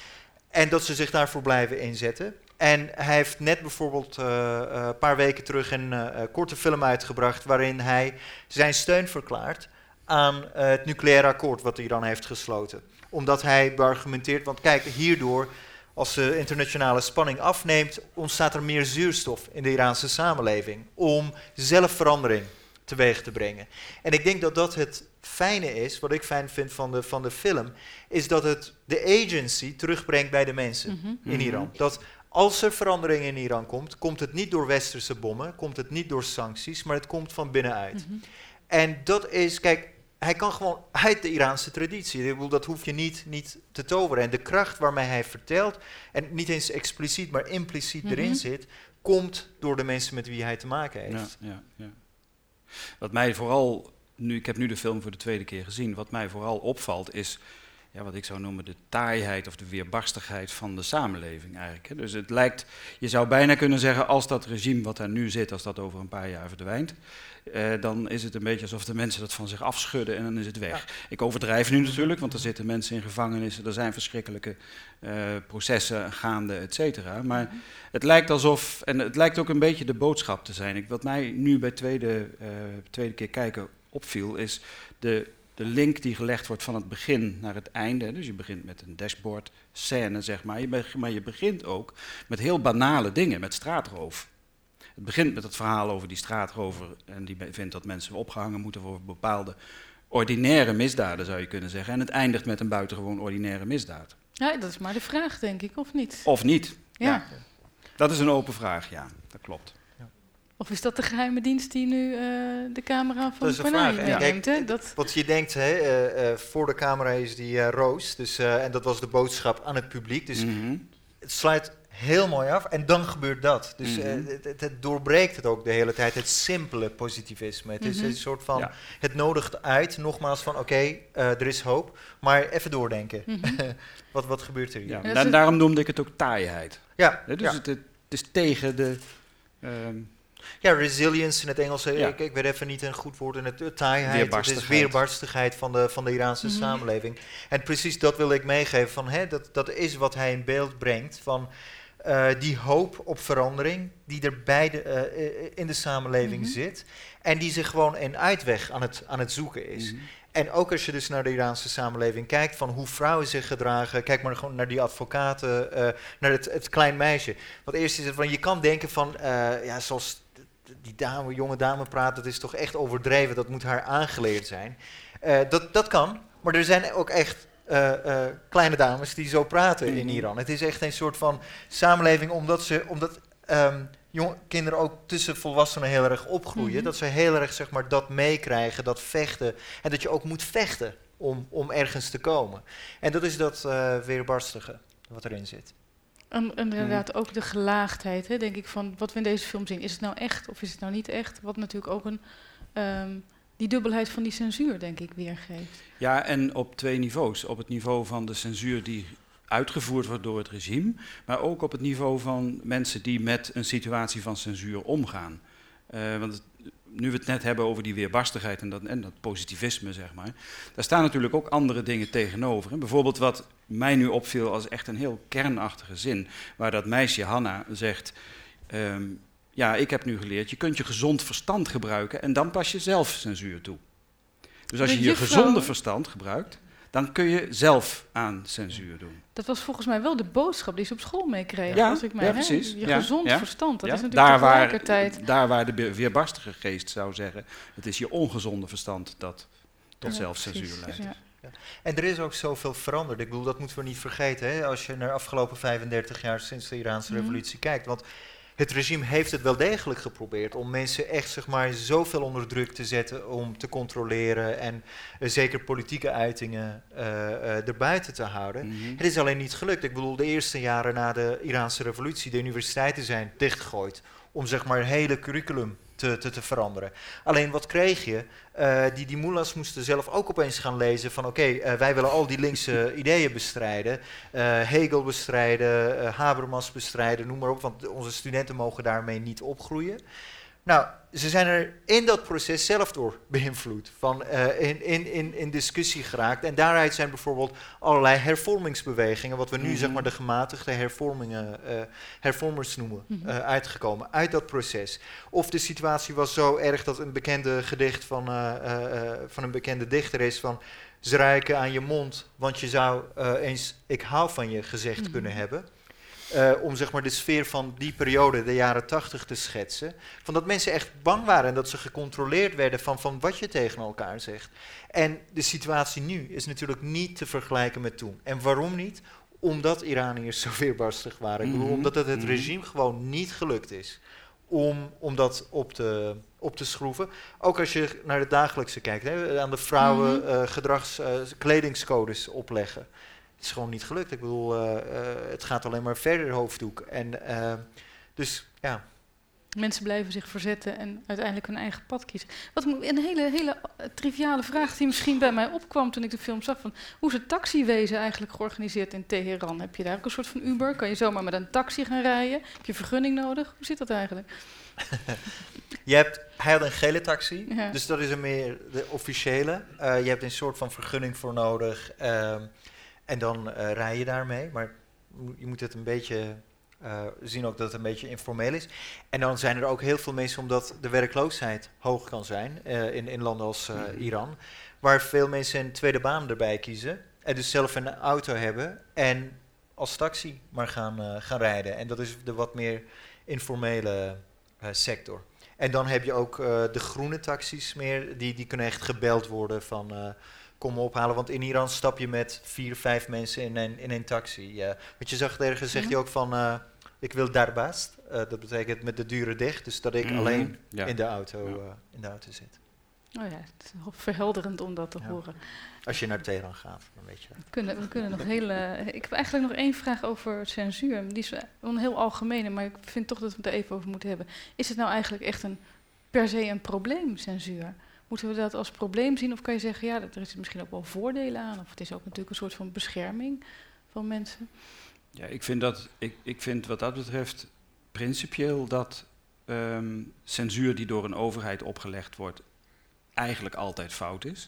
En dat ze zich daarvoor blijven inzetten. En hij heeft net bijvoorbeeld een paar weken terug een korte film uitgebracht waarin hij zijn steun verklaart aan het nucleaire akkoord wat Iran heeft gesloten. Omdat hij beargumenteert, want kijk, hierdoor, als de internationale spanning afneemt, ontstaat er meer zuurstof in de Iraanse samenleving om zelf verandering teweeg te brengen. En ik denk dat dat het fijne is, wat ik fijn vind van de film, is dat het de agency terugbrengt bij de mensen in Iran. Dat als er verandering in Iran komt, komt het niet door westerse bommen, komt het niet door sancties, maar het komt van binnenuit. En dat is, kijk, hij kan gewoon uit de Iraanse traditie. Ik bedoel, dat hoef je niet te toveren. En de kracht waarmee hij vertelt, en niet eens expliciet, maar impliciet erin zit, komt door de mensen met wie hij te maken heeft. Ja. Wat mij vooral, ik heb nu de film voor de tweede keer gezien, wat mij vooral opvalt is, ja, wat ik zou noemen de taaiheid of de weerbarstigheid van de samenleving eigenlijk. Hè. Dus het lijkt, je zou bijna kunnen zeggen, als dat regime wat er nu zit, als dat over een paar jaar verdwijnt, dan is het een beetje alsof de mensen dat van zich afschudden en dan is het weg. Ja. Ik overdrijf nu natuurlijk, want er zitten mensen in gevangenissen, er zijn verschrikkelijke processen gaande, et cetera. Maar het lijkt alsof, en het lijkt ook een beetje de boodschap te zijn. Wat mij nu bij tweede keer kijken opviel, is de link die gelegd wordt van het begin naar het einde. Dus je begint met een dashboard scène, zeg maar. Maar je begint ook met heel banale dingen, met straatroof. Het begint met het verhaal over die straatrover en die vindt dat mensen opgehangen moeten voor bepaalde ordinaire misdaden, zou je kunnen zeggen. En het eindigt met een buitengewoon ordinaire misdaad. Ja, dat is maar de vraag, denk ik, of niet? Of niet, ja. Dat is een open vraag, ja, dat klopt. Of is dat de geheime dienst die nu de camera van Panahi meeneemt? Kijk, wat je denkt, voor de camera is die Roos, dus, en dat was de boodschap aan het publiek. Dus het sluit heel mooi af en dan gebeurt dat. Dus het doorbreekt het ook de hele tijd, het simpele positivisme. Het is een soort van, het nodigt uit, nogmaals van oké, er is hoop, maar even doordenken. Wat gebeurt er hier? Ja, daarom noemde ik het ook taaiheid. Ja, dus het is tegen de... ja, resilience in het Engels, ik weet even niet een goed woord in het taaiheid. Het is weerbarstigheid van de Iraanse samenleving. En precies dat wil ik meegeven, van, dat is wat hij in beeld brengt, van die hoop op verandering die er in de samenleving zit en die zich gewoon een uitweg aan het zoeken is. En ook als je dus naar de Iraanse samenleving kijkt, van hoe vrouwen zich gedragen, kijk maar gewoon naar die advocaten, naar het klein meisje. Wat eerst is het van, je kan denken van, zoals die jonge dame praat, dat is toch echt overdreven, dat moet haar aangeleerd zijn. Dat kan, maar er zijn ook echt kleine dames die zo praten in Iran. Het is echt een soort van samenleving, omdat kinderen ook tussen volwassenen heel erg opgroeien, dat ze heel erg, zeg maar, dat meekrijgen, dat vechten, en dat je ook moet vechten om ergens te komen. En dat is dat weerbarstige wat erin zit. En inderdaad ook de gelaagdheid, denk ik, van wat we in deze film zien. Is het nou echt of is het nou niet echt? Wat natuurlijk ook die dubbelheid van die censuur, denk ik, weergeeft. Ja, en op twee niveaus. Op het niveau van de censuur die uitgevoerd wordt door het regime, maar ook op het niveau van mensen die met een situatie van censuur omgaan. Want nu we het net hebben over die weerbarstigheid en dat positivisme, zeg maar, daar staan natuurlijk ook andere dingen tegenover. Hè. Bijvoorbeeld wat mij nu opviel als echt een heel kernachtige zin, waar dat meisje Hanna zegt, ja, ik heb nu geleerd, je kunt je gezond verstand gebruiken en dan pas je zelf censuur toe. Dus als je je gezonde verstand gebruikt, dan kun je zelf aan censuur doen. Dat was volgens mij wel de boodschap die ze op school meekregen. Ja, als ik mij, precies. Je gezond verstand, dat is natuurlijk daar tegelijkertijd... Daar waar de weerbarstige geest zou zeggen, het is je ongezonde verstand dat tot zelfcensuur leidt. En er is ook zoveel veranderd. Ik bedoel, dat moeten we niet vergeten, hè, als je naar de afgelopen 35 jaar sinds de Iraanse revolutie kijkt. Want het regime heeft het wel degelijk geprobeerd om mensen echt, zeg maar, zoveel onder druk te zetten om te controleren en zeker politieke uitingen erbuiten te houden. Het is alleen niet gelukt. Ik bedoel, de eerste jaren na de Iraanse revolutie, de universiteiten zijn dichtgegooid om, zeg maar, het hele curriculum te veranderen. Alleen wat kreeg je? Die mullahs moesten zelf ook opeens gaan lezen van oké, wij willen al die linkse ideeën bestrijden. Hegel bestrijden, Habermas bestrijden, noem maar op, want onze studenten mogen daarmee niet opgroeien. Nou, ze zijn er in dat proces zelf door beïnvloed, in discussie geraakt. En daaruit zijn bijvoorbeeld allerlei hervormingsbewegingen, wat we nu zeg maar de gematigde hervormers noemen, uitgekomen uit dat proces. Of de situatie was zo erg dat een bekende gedicht van een bekende dichter is van ze ruiken aan je mond, want je zou eens ik hou van je gezegd kunnen hebben. Om zeg maar de sfeer van die periode, de jaren 80, te schetsen. Van dat mensen echt bang waren en dat ze gecontroleerd werden van wat je tegen elkaar zegt. En de situatie nu is natuurlijk niet te vergelijken met toen. En waarom niet? Omdat Iraniërs zo weerbarstig waren. Ik bedoel, omdat het regime gewoon niet gelukt is om dat op te schroeven. Ook als je naar het dagelijkse kijkt, hè, aan de vrouwen kledingscodes opleggen. Het is gewoon niet gelukt. Ik bedoel, het gaat alleen maar verder hoofddoek. En dus, ja. Mensen blijven zich verzetten en uiteindelijk hun eigen pad kiezen. Een hele triviale vraag die misschien bij mij opkwam toen ik de film zag. Van, hoe is het taxiwezen eigenlijk georganiseerd in Teheran? Heb je daar ook een soort van Uber? Kan je zomaar met een taxi gaan rijden? Heb je vergunning nodig? Hoe zit dat eigenlijk? Hij had een gele taxi, dus dat is een meer de officiële. Je hebt een soort van vergunning voor nodig. En dan rij je daarmee, maar je moet het een beetje zien ook dat het een beetje informeel is. En dan zijn er ook heel veel mensen, omdat de werkloosheid hoog kan zijn in landen als Iran, waar veel mensen een tweede baan erbij kiezen en dus zelf een auto hebben en als taxi maar gaan rijden. En dat is de wat meer informele sector. En dan heb je ook de groene taxis meer, die kunnen echt gebeld worden van kom me ophalen, want in Iran stap je met 4, 5 mensen in een taxi. Want je zag ergens, zegt hij ook van, ik wil darbast. Dat betekent met de deuren dicht, dus dat ik alleen in de auto zit. Oh ja, het is wel verhelderend om dat te horen. Als je naar Teheran gaat, dan weet je dat. We kunnen nog ik heb eigenlijk nog 1 vraag over censuur. Die is een heel algemene, maar ik vind toch dat we het er even over moeten hebben. Is het nou eigenlijk echt per se een probleem, censuur? Moeten we dat als probleem zien? Of kan je zeggen, ja, er is misschien ook wel voordelen aan? Of het is ook natuurlijk een soort van bescherming van mensen? Ja, ik vind wat dat betreft principieel dat censuur die door een overheid opgelegd wordt eigenlijk altijd fout is.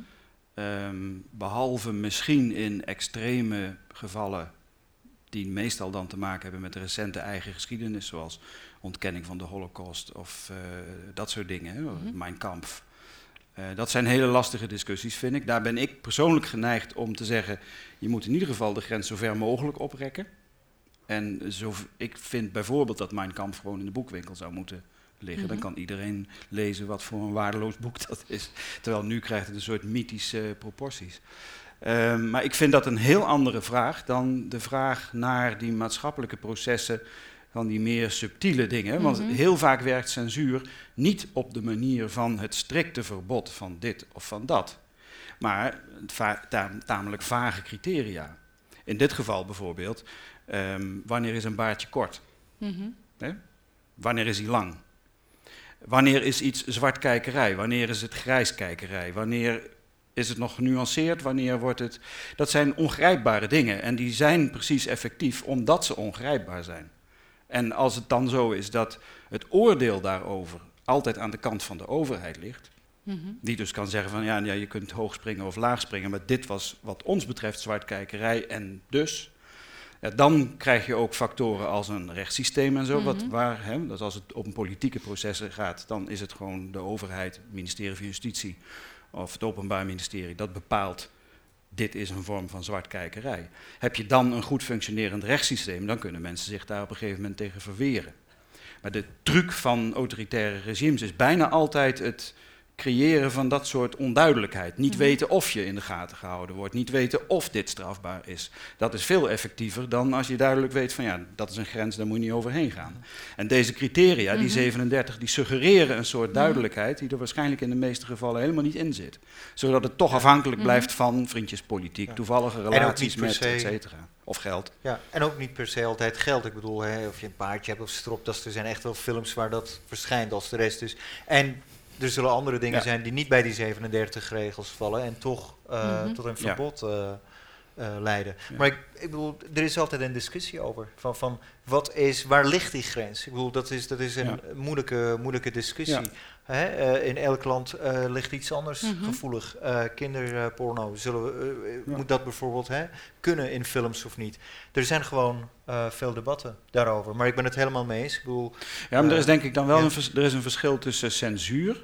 Behalve misschien in extreme gevallen die meestal dan te maken hebben met de recente eigen geschiedenis, zoals ontkenning van de Holocaust of dat soort dingen, hè, Mein Kampf. Dat zijn hele lastige discussies, vind ik. Daar ben ik persoonlijk geneigd om te zeggen, je moet in ieder geval de grens zo ver mogelijk oprekken. En ik vind bijvoorbeeld dat Mein Kampf gewoon in de boekwinkel zou moeten liggen. Dan kan iedereen lezen wat voor een waardeloos boek dat is. Terwijl nu krijgt het een soort mythische proporties. Maar ik vind dat een heel andere vraag dan de vraag naar die maatschappelijke processen van die meer subtiele dingen. Want heel vaak werkt censuur niet op de manier van het strikte verbod van dit of van dat. Maar tamelijk vage criteria. In dit geval bijvoorbeeld, wanneer is een baardje kort? Wanneer is hij lang? Wanneer is iets zwartkijkerij? Wanneer is het grijskijkerij? Wanneer is het nog genuanceerd? Wanneer wordt het... Dat zijn ongrijpbare dingen en die zijn precies effectief omdat ze ongrijpbaar zijn. En als het dan zo is dat het oordeel daarover altijd aan de kant van de overheid ligt, die dus kan zeggen van ja, je kunt hoog springen of laag springen, maar dit was wat ons betreft zwartkijkerij en dus... Ja, dan krijg je ook factoren als een rechtssysteem en zo, dus als het om politieke processen gaat, dan is het gewoon de overheid, het ministerie van Justitie of het Openbaar Ministerie, dat bepaalt, dit is een vorm van zwartkijkerij. Heb je dan een goed functionerend rechtssysteem, dan kunnen mensen zich daar op een gegeven moment tegen verweren. Maar de truc van autoritaire regimes is bijna altijd het creëren van dat soort onduidelijkheid. Niet weten of je in de gaten gehouden wordt. Niet weten of dit strafbaar is. Dat is veel effectiever dan als je duidelijk weet van ja, dat is een grens, daar moet je niet overheen gaan. En deze criteria, die 37, die suggereren een soort duidelijkheid die er waarschijnlijk in de meeste gevallen helemaal niet in zit. Zodat het toch afhankelijk blijft van vriendjespolitiek, toevallige relaties met, et cetera. Of geld. Ja, en ook niet per se altijd geld. Ik bedoel, of je een paardje hebt of stropdas, er zijn echt wel films waar dat verschijnt als de rest is. En er zullen andere dingen zijn die niet bij die 37 regels vallen en toch tot een verbod leiden. Ja. Maar ik bedoel, er is altijd een discussie over. Van waar ligt die grens? Ik bedoel, dat is een moeilijke discussie. Ja. In elk land ligt iets anders gevoelig. Kinderporno, moet dat bijvoorbeeld kunnen in films of niet? Er zijn gewoon veel debatten daarover. Maar ik ben het helemaal mee eens. Ik bedoel, maar er is denk ik dan wel een verschil tussen censuur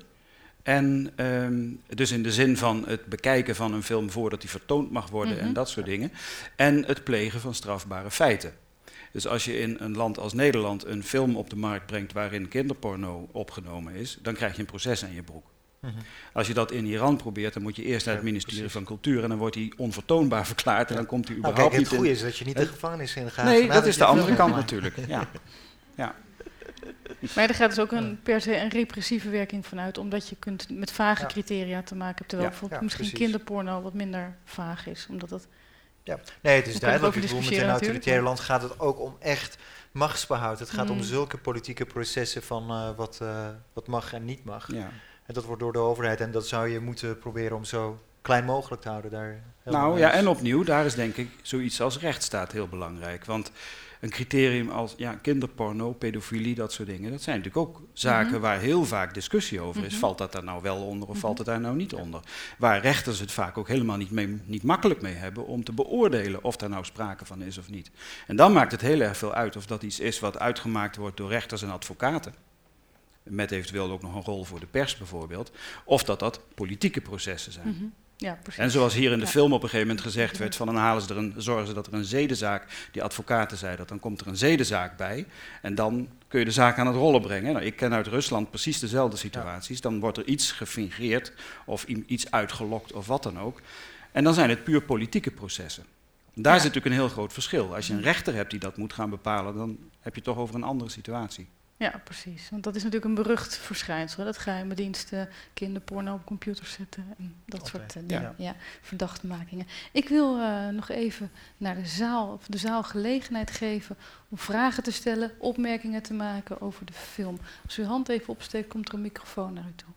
en dus in de zin van het bekijken van een film voordat die vertoond mag worden en dat soort dingen. En het plegen van strafbare feiten. Dus als je in een land als Nederland een film op de markt brengt waarin kinderporno opgenomen is, dan krijg je een proces aan je broek. Als je dat in Iran probeert, dan moet je eerst naar het ministerie van Cultuur en dan wordt hij onvertoonbaar verklaard en dan komt hij überhaupt niet in. Het goede is dat je niet de gevangenis in gaat. Nee, dat is de andere kant natuurlijk. Ja. Maar er gaat dus ook per se een repressieve werking vanuit, omdat je kunt met vage criteria te maken hebt, terwijl bijvoorbeeld misschien kinderporno wat minder vaag is, omdat dat... Ja, nee, het is duidelijk. Ik bedoel, met een autoritair land gaat het ook om echt machtsbehoud. Het gaat om zulke politieke processen van wat mag en niet mag. Ja. En dat wordt door de overheid en dat zou je moeten proberen om zo klein mogelijk te houden. En opnieuw, daar is denk ik zoiets als rechtsstaat heel belangrijk. Want een criterium als kinderporno, pedofilie, dat soort dingen, dat zijn natuurlijk ook zaken waar heel vaak discussie over is. Valt dat daar nou wel onder of valt het daar nou niet onder? Waar rechters het vaak ook helemaal niet makkelijk mee hebben om te beoordelen of daar nou sprake van is of niet. En dan maakt het heel erg veel uit of dat iets is wat uitgemaakt wordt door rechters en advocaten. Met eventueel ook nog een rol voor de pers bijvoorbeeld. Of dat politieke processen zijn. Ja, precies. En zoals hier in de film op een gegeven moment gezegd werd, van dan zorgen ze dat er een zedenzaak, die advocaten zeiden dat, dan komt er een zedenzaak bij en dan kun je de zaak aan het rollen brengen. Nou, ik ken uit Rusland precies dezelfde situaties. Dan wordt er iets gefingeerd of iets uitgelokt of wat dan ook. En dan zijn het puur politieke processen. Daar zit natuurlijk een heel groot verschil. Als je een rechter hebt die dat moet gaan bepalen, dan heb je het toch over een andere situatie. Ja, precies. Want dat is natuurlijk een berucht verschijnsel. Dat geheime diensten kinderporno op computers zetten en dat soort dingen. Ja, verdachtmakingen. Ik wil nog even naar de zaal gelegenheid geven om vragen te stellen, opmerkingen te maken over de film. Als u uw hand even opsteekt, komt er een microfoon naar u toe.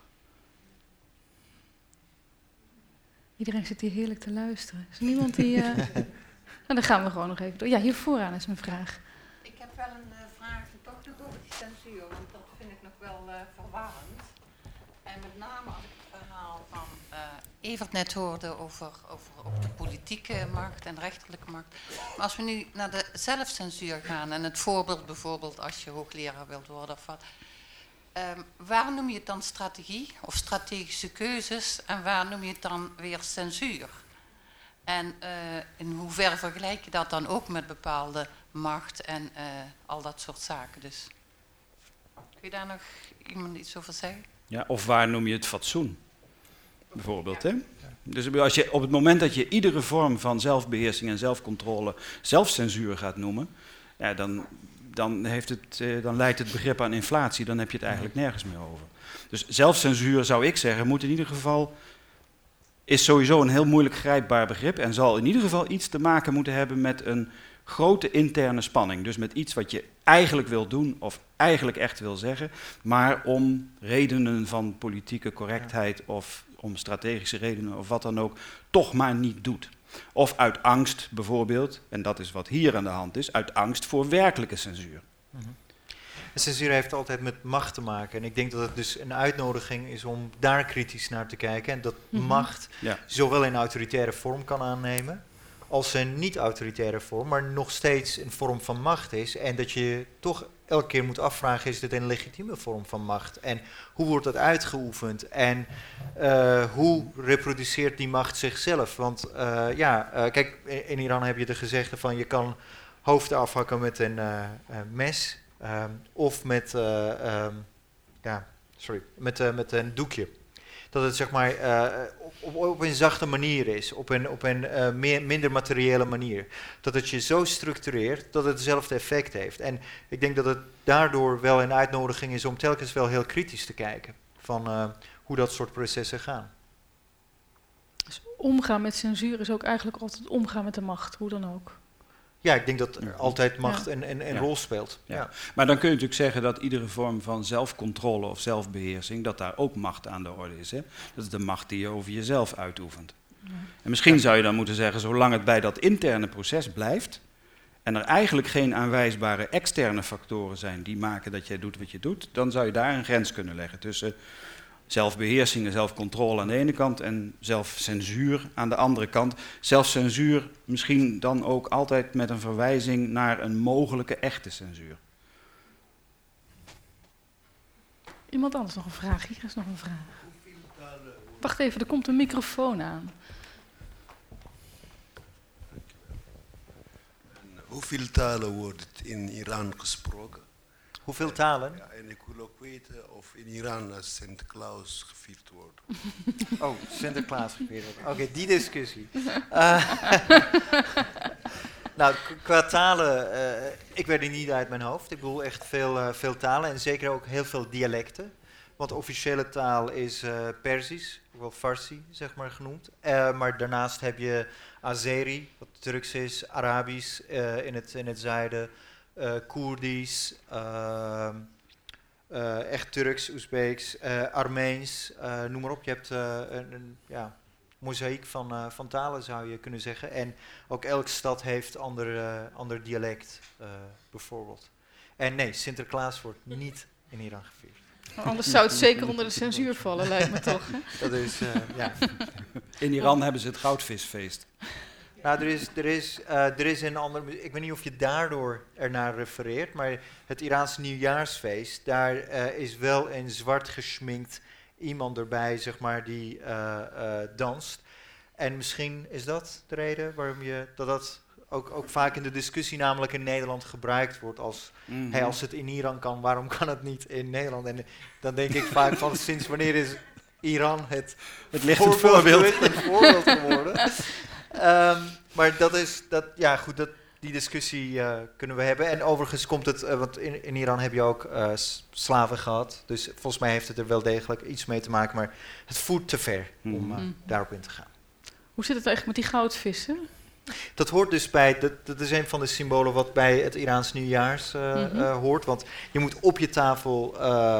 Iedereen zit hier heerlijk te luisteren. Is er niemand die... Nou, dan gaan we gewoon nog even door. Ja, hier vooraan is een vraag. Ik heb wel een vraag toch nog over die censuur, want dat vind ik nog wel verwarrend. En met name als ik het verhaal van Evert net hoorde over de politieke macht en de rechterlijke macht. Maar als we nu naar de zelfcensuur gaan en het voorbeeld bijvoorbeeld als je hoogleraar wilt worden of wat. Waar noem je het dan strategie of strategische keuzes en waar noem je het dan weer censuur? En in hoeverre vergelijk je dat dan ook met bepaalde macht en al dat soort zaken? Dus kun je daar nog iemand iets over zeggen? Ja, of waar noem je het fatsoen? Bijvoorbeeld, hè? Dus als je, op het moment dat je iedere vorm van zelfbeheersing en zelfcontrole zelfcensuur gaat noemen, ja, dan leidt het begrip aan inflatie, dan heb je het eigenlijk nergens meer over. Dus zelfcensuur, zou ik zeggen, moet in ieder geval, is sowieso een heel moeilijk grijpbaar begrip en zal in ieder geval iets te maken moeten hebben met een grote interne spanning. Dus met iets wat je eigenlijk wil doen of eigenlijk echt wil zeggen, maar om redenen van politieke correctheid of om strategische redenen of wat dan ook, toch maar niet doet. Of uit angst bijvoorbeeld, en dat is wat hier aan de hand is, uit angst voor werkelijke censuur. Censuur heeft altijd met macht te maken. En ik denk dat het dus een uitnodiging is om daar kritisch naar te kijken. En dat macht zowel in autoritaire vorm kan aannemen, als een niet-autoritaire vorm, maar nog steeds een vorm van macht is. En dat je toch elke keer moet afvragen, is dit een legitieme vorm van macht? En hoe wordt dat uitgeoefend? En hoe reproduceert die macht zichzelf? Want kijk, in Iran heb je de gezegde van je kan hoofden afhakken met een mes of met een doekje. dat het zeg maar op een zachte manier is, op een minder materiële manier. Dat het je zo structureert dat het hetzelfde effect heeft. En ik denk dat het daardoor wel een uitnodiging is om telkens wel heel kritisch te kijken van hoe dat soort processen gaan. Dus omgaan met censuur is ook eigenlijk altijd omgaan met de macht, hoe dan ook. Ja, ik denk dat er altijd macht een rol speelt. Ja. Ja. Maar dan kun je natuurlijk zeggen dat iedere vorm van zelfcontrole of zelfbeheersing, dat daar ook macht aan de orde is. Hè? Dat is de macht die je over jezelf uitoefent. Ja. En misschien zou je dan moeten zeggen, zolang het bij dat interne proces blijft en er eigenlijk geen aanwijsbare externe factoren zijn die maken dat jij doet wat je doet, dan zou je daar een grens kunnen leggen tussen zelfbeheersing en zelfcontrole aan de ene kant en zelfcensuur aan de andere kant. Zelfcensuur misschien dan ook altijd met een verwijzing naar een mogelijke echte censuur. Iemand anders nog een vraag? Hier is nog een vraag. Wacht even, er komt een microfoon aan. Hoeveel talen wordt in Iran gesproken? Hoeveel talen? Ja, en ik wil ook weten of in Iran Sinterklaas gevierd wordt. Oh, Sinterklaas gevierd wordt. Oké, die discussie. Nou, qua talen, ik weet het niet uit mijn hoofd. Ik bedoel echt veel talen en zeker ook heel veel dialecten. Want officiële taal is Perzisch, ook wel Farsi zeg maar genoemd. Maar daarnaast heb je Azeri, wat Turks is, Arabisch in het zuiden, Koerdisch, echt Turks, Oezbeeks, Armeens, noem maar op. Je hebt een mozaïek van talen zou je kunnen zeggen. En ook elke stad heeft ander dialect bijvoorbeeld. En nee, Sinterklaas wordt niet in Iran gevierd. Anders zou het zeker onder de censuur vallen, lijkt me toch. Hè? Dat is, ja. In Iran hebben ze het goudvisfeest. Nou, er is een ander. Ik weet niet of je daardoor ernaar refereert, maar het Iraanse nieuwjaarsfeest, daar is wel een zwart geschminkt iemand erbij, zeg maar, die danst. En misschien is dat de reden waarom dat ook vaak in de discussie namelijk in Nederland gebruikt wordt als, hey, als het in Iran kan, waarom kan het niet in Nederland? En dan denk ik vaak van, sinds wanneer is Iran het lichtend voorbeeld geworden? Maar die discussie kunnen we hebben. En overigens komt het, want in Iran heb je ook slaven gehad. Dus volgens mij heeft het er wel degelijk iets mee te maken. Maar het voert te ver om daarop in te gaan. Hoe zit het eigenlijk met die goudvissen? Dat hoort dus bij, dat is een van de symbolen wat bij het Iraans nieuwjaars hoort. Want je moet op je tafel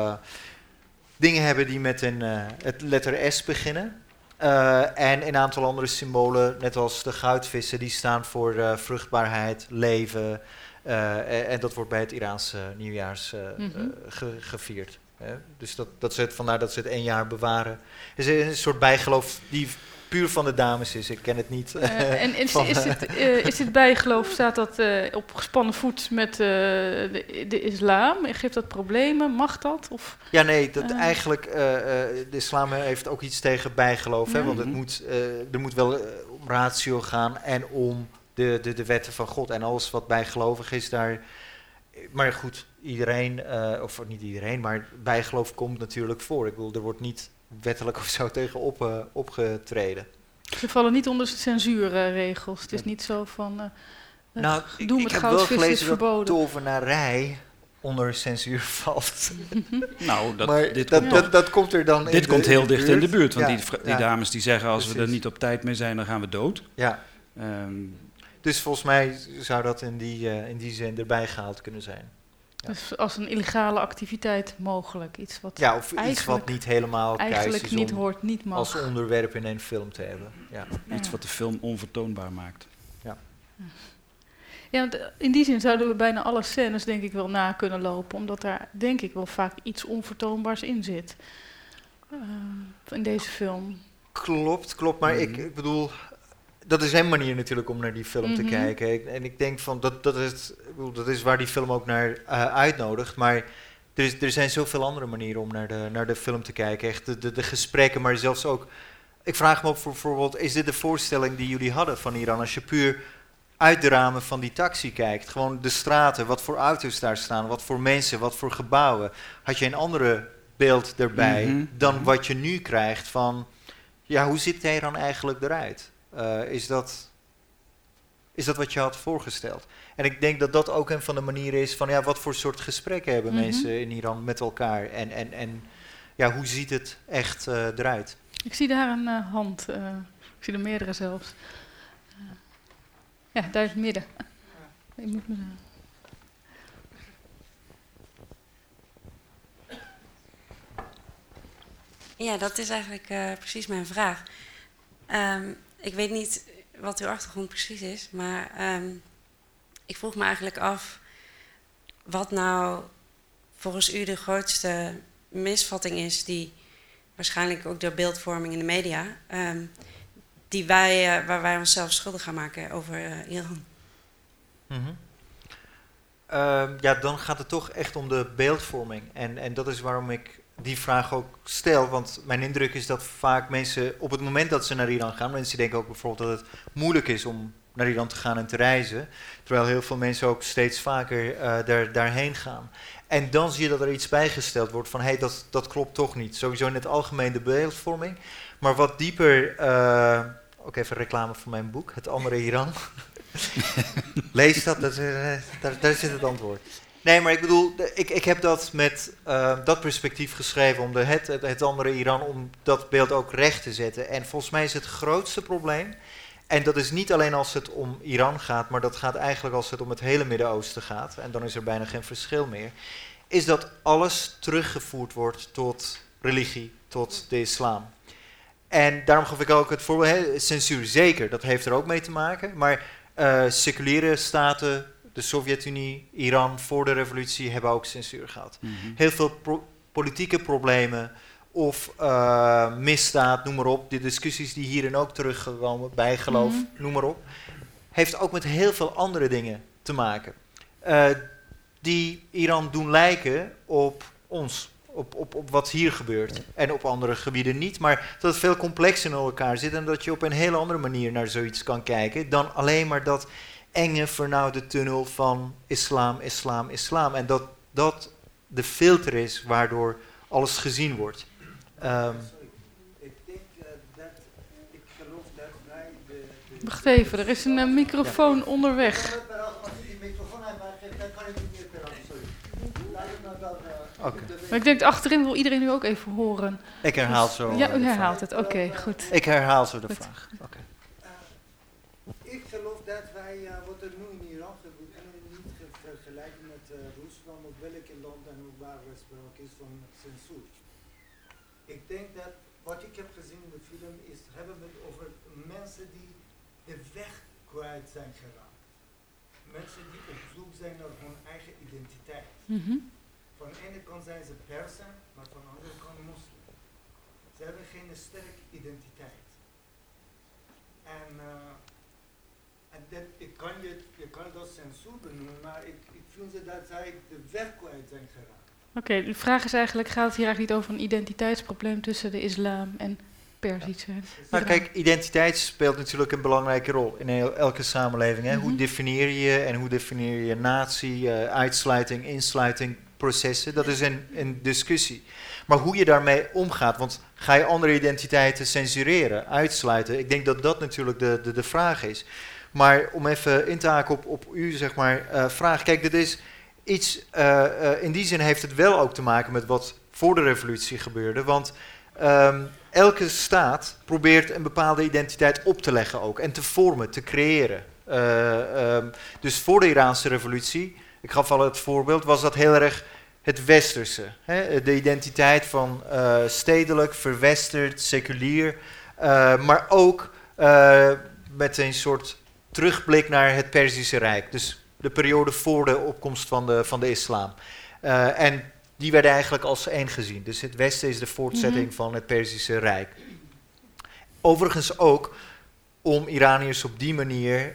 dingen hebben die met het letter S beginnen. En een aantal andere symbolen, net als de goudvissen, die staan voor vruchtbaarheid, leven. En dat wordt bij het Iraanse nieuwjaars gevierd. Dus vandaar dat ze het 1 jaar bewaren. Het is een soort bijgeloof die puur van de dames is. Ik ken het niet. En is dit bijgeloof, staat dat op gespannen voet met de islam? Geeft dat problemen? Mag dat? Of, ja, nee, eigenlijk, de islam heeft ook iets tegen bijgeloof. Hè, want er moet wel om ratio gaan en om de wetten van God. En alles wat bijgelovig is daar. Maar goed, iedereen, of niet iedereen, maar bijgeloof komt natuurlijk voor. Ik bedoel, er wordt niet wettelijk of zo tegen opgetreden. Ze vallen niet onder de censuurregels. Het is niet zo van ik heb wel gelezen dat tovenarij onder censuur valt. Nou, dat komt er dan dit komt heel dicht in de buurt. Want ja, die dames die zeggen, als precies. we er niet op tijd mee zijn, dan gaan we dood. Ja. Dus volgens mij zou dat in die zin erbij gehaald kunnen zijn. Ja. Dus als een illegale activiteit mogelijk. Iets wat iets wat niet helemaal eigenlijk is niet om hoort, niet mag. Als onderwerp in een film te hebben. Ja. Iets wat de film onvertoonbaar maakt. Ja. Ja, want in die zin zouden we bijna alle scènes denk ik wel na kunnen lopen. Omdat daar denk ik wel vaak iets onvertoonbaars in zit. In deze film. Klopt. Maar ik bedoel, dat is een manier natuurlijk om naar die film te kijken. En ik denk van, dat is waar die film ook naar uitnodigt. Maar er zijn zoveel andere manieren om naar de film te kijken. Echt de gesprekken, maar zelfs ook. Ik vraag me op bijvoorbeeld, is dit de voorstelling die jullie hadden van Iran? Als je puur uit de ramen van die taxi kijkt, gewoon de straten, wat voor auto's daar staan, wat voor mensen, wat voor gebouwen. Had je een andere beeld erbij dan Mhm. wat je nu krijgt van, ja, hoe ziet Teheran eigenlijk eruit? Is dat wat je had voorgesteld? En ik denk dat dat ook een van de manieren is van, ja, wat voor soort gesprekken hebben mensen in Iran met elkaar? En ja, hoe ziet het echt eruit? Ik zie daar een hand. Ik zie er meerdere zelfs. Ja, daar in het midden. Ik moet me... Ja, dat is eigenlijk precies mijn vraag. Ik weet niet wat uw achtergrond precies is, maar ik vroeg me eigenlijk af wat nou volgens u de grootste misvatting is die waarschijnlijk ook door beeldvorming in de media, waar wij onszelf schuldig gaan maken over Iran. Ja, dan gaat het toch echt om de beeldvorming. En dat is waarom ik die vraag ook stel. Want mijn indruk is dat vaak mensen op het moment dat ze naar Iran gaan, mensen denken ook bijvoorbeeld dat het moeilijk is om naar Iran te gaan en te reizen. Terwijl heel veel mensen ook steeds vaker daarheen gaan. En dan zie je dat er iets bijgesteld wordt van, hé, dat klopt toch niet. Sowieso in het algemeen de beeldvorming. Maar wat dieper, ook even reclame voor mijn boek, Het Andere Iran. Lees dat, daar zit het antwoord. Nee, maar ik bedoel, ik heb dat met dat perspectief geschreven, om het andere Iran, om dat beeld ook recht te zetten. En volgens mij is het grootste probleem, en dat is niet alleen als het om Iran gaat, maar dat gaat eigenlijk als het om het hele Midden-Oosten gaat, en dan is er bijna geen verschil meer, is dat alles teruggevoerd wordt tot religie, tot de islam. En daarom gaf ik ook het voorbeeld, censuur zeker, dat heeft er ook mee te maken, maar seculiere staten, de Sovjet-Unie, Iran voor de revolutie hebben ook censuur gehad. Heel veel politieke problemen of misdaad, noem maar op. De discussies die hierin ook teruggekomen, bijgeloof, noem maar op. Heeft ook met heel veel andere dingen te maken. Die Iran doen lijken op ons. Op wat hier gebeurt. En op andere gebieden niet. Maar dat het veel complexer in elkaar zit. En dat je op een hele andere manier naar zoiets kan kijken. Dan alleen maar dat enge, vernauwde tunnel van islam, islam, islam. En dat de filter is waardoor alles gezien wordt. Ik denk ik geloof dat wij Wacht even, er is een microfoon onderweg. Okay. Maar ik denk achterin wil iedereen nu ook even horen. Ik herhaal zo. Ja, u herhaalt het. Oké, goed. Ik herhaal zo de vraag. Okay. Ik geloof dat wij wat er nu in Iran gebeurt, kunnen niet vergelijken met Rusland of welke land dan ook waar er sprake is van censuur. Ik denk dat wat ik heb gezien in de film is, hebben we het over mensen die de weg kwijt zijn geraakt. Mensen die op zoek zijn naar hun eigen identiteit. Van de ene kant zijn ze Persen, maar van de andere kant moslim. Ze hebben geen sterke identiteit. En je kan dat censuur benoemen, maar ik vind dat zij de weg kwijt zijn geraakt. Oké, de vraag is eigenlijk, gaat het hier eigenlijk niet over een identiteitsprobleem tussen de islam en Perzische? Nou, kijk, identiteit speelt natuurlijk een belangrijke rol in elke samenleving. Hè? Hoe definieer je en hoe definieer je natie, uitsluiting, insluiting, processen, dat is een discussie. Maar hoe je daarmee omgaat, want ga je andere identiteiten censureren, uitsluiten? Ik denk dat dat natuurlijk de vraag is. Maar om even in te haken op uw zeg maar, vraag, kijk, dit is iets, in die zin heeft het wel ook te maken met wat voor de revolutie gebeurde, want elke staat probeert een bepaalde identiteit op te leggen ook en te vormen, te creëren. Dus voor de Iraanse revolutie, ik gaf al het voorbeeld, was dat heel erg het westerse. Hè? De identiteit van stedelijk, verwesterd, seculier, maar ook met een soort terugblik naar het Perzische Rijk. Dus de periode voor de opkomst van de islam. En die werden eigenlijk als één gezien. Dus het Westen is de voortzetting van het Perzische Rijk. Overigens ook om Iraniërs op die manier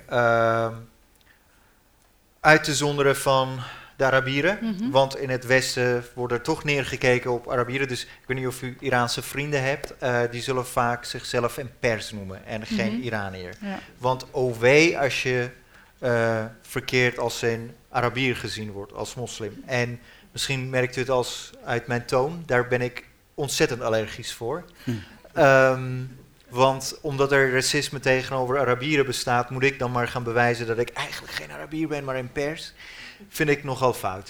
uit te zonderen van de Arabieren. Want in het Westen wordt er toch neergekeken op Arabieren. Dus ik weet niet of u Iraanse vrienden hebt. Die zullen vaak zichzelf een Pers noemen en geen Iranier. Ja. Want als je verkeerd als een Arabier gezien wordt, als moslim. En Misschien merkt u het als uit mijn toon, daar ben ik ontzettend allergisch voor. Want omdat er racisme tegenover Arabieren bestaat, moet ik dan maar gaan bewijzen dat ik eigenlijk geen Arabier ben, maar een Pers. Vind ik nogal fout.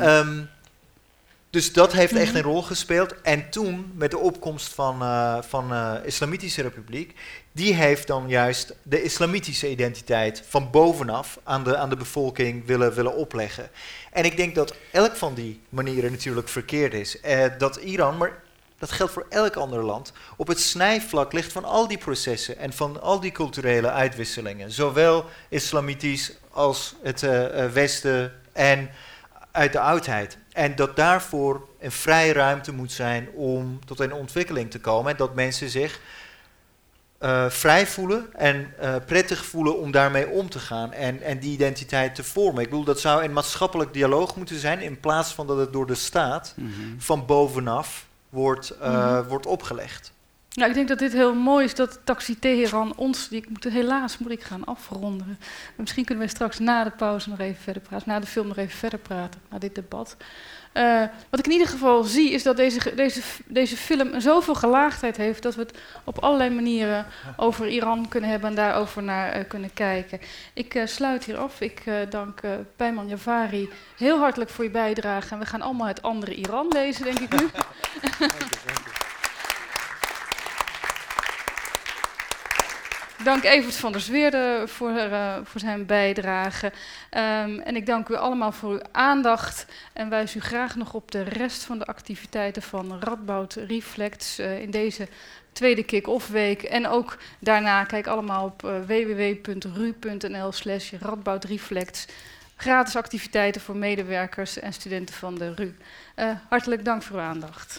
Dus dat heeft echt een rol gespeeld. En toen, met de opkomst van Islamitische Republiek, die heeft dan juist de islamitische identiteit van bovenaf aan de bevolking willen opleggen. En ik denk dat elk van die manieren natuurlijk verkeerd is. Dat Iran, maar dat geldt voor elk ander land, op het snijvlak ligt van al die processen en van al die culturele uitwisselingen. Zowel islamitisch als het Westen en uit de oudheid. En dat daarvoor een vrije ruimte moet zijn om tot een ontwikkeling te komen. En dat mensen zich vrij voelen en prettig voelen om daarmee om te gaan en die identiteit te vormen. Ik bedoel, dat zou een maatschappelijk dialoog moeten zijn in plaats van dat het door de staat van bovenaf wordt opgelegd. Nou, ik denk dat dit heel mooi is dat Taxi Teheran ons... Helaas moet ik gaan afronden. Misschien kunnen we straks na de pauze nog even verder praten. Na de film nog even verder praten, na dit debat. Wat ik in ieder geval zie is dat deze film zoveel gelaagdheid heeft... dat we het op allerlei manieren over Iran kunnen hebben en daarover naar kunnen kijken. Ik sluit hier af. Ik dank Peyman Javari heel hartelijk voor je bijdrage. En we gaan allemaal Het Andere Iran lezen, denk ik nu. Dank je. Dank Evert van der Zweerde voor zijn bijdrage. En ik dank u allemaal voor uw aandacht. En wijs u graag nog op de rest van de activiteiten van Radboud Reflects in deze tweede kick-off week. En ook daarna kijk allemaal op www.ru.nl/Radboud Reflects. Gratis activiteiten voor medewerkers en studenten van de RU. Hartelijk dank voor uw aandacht.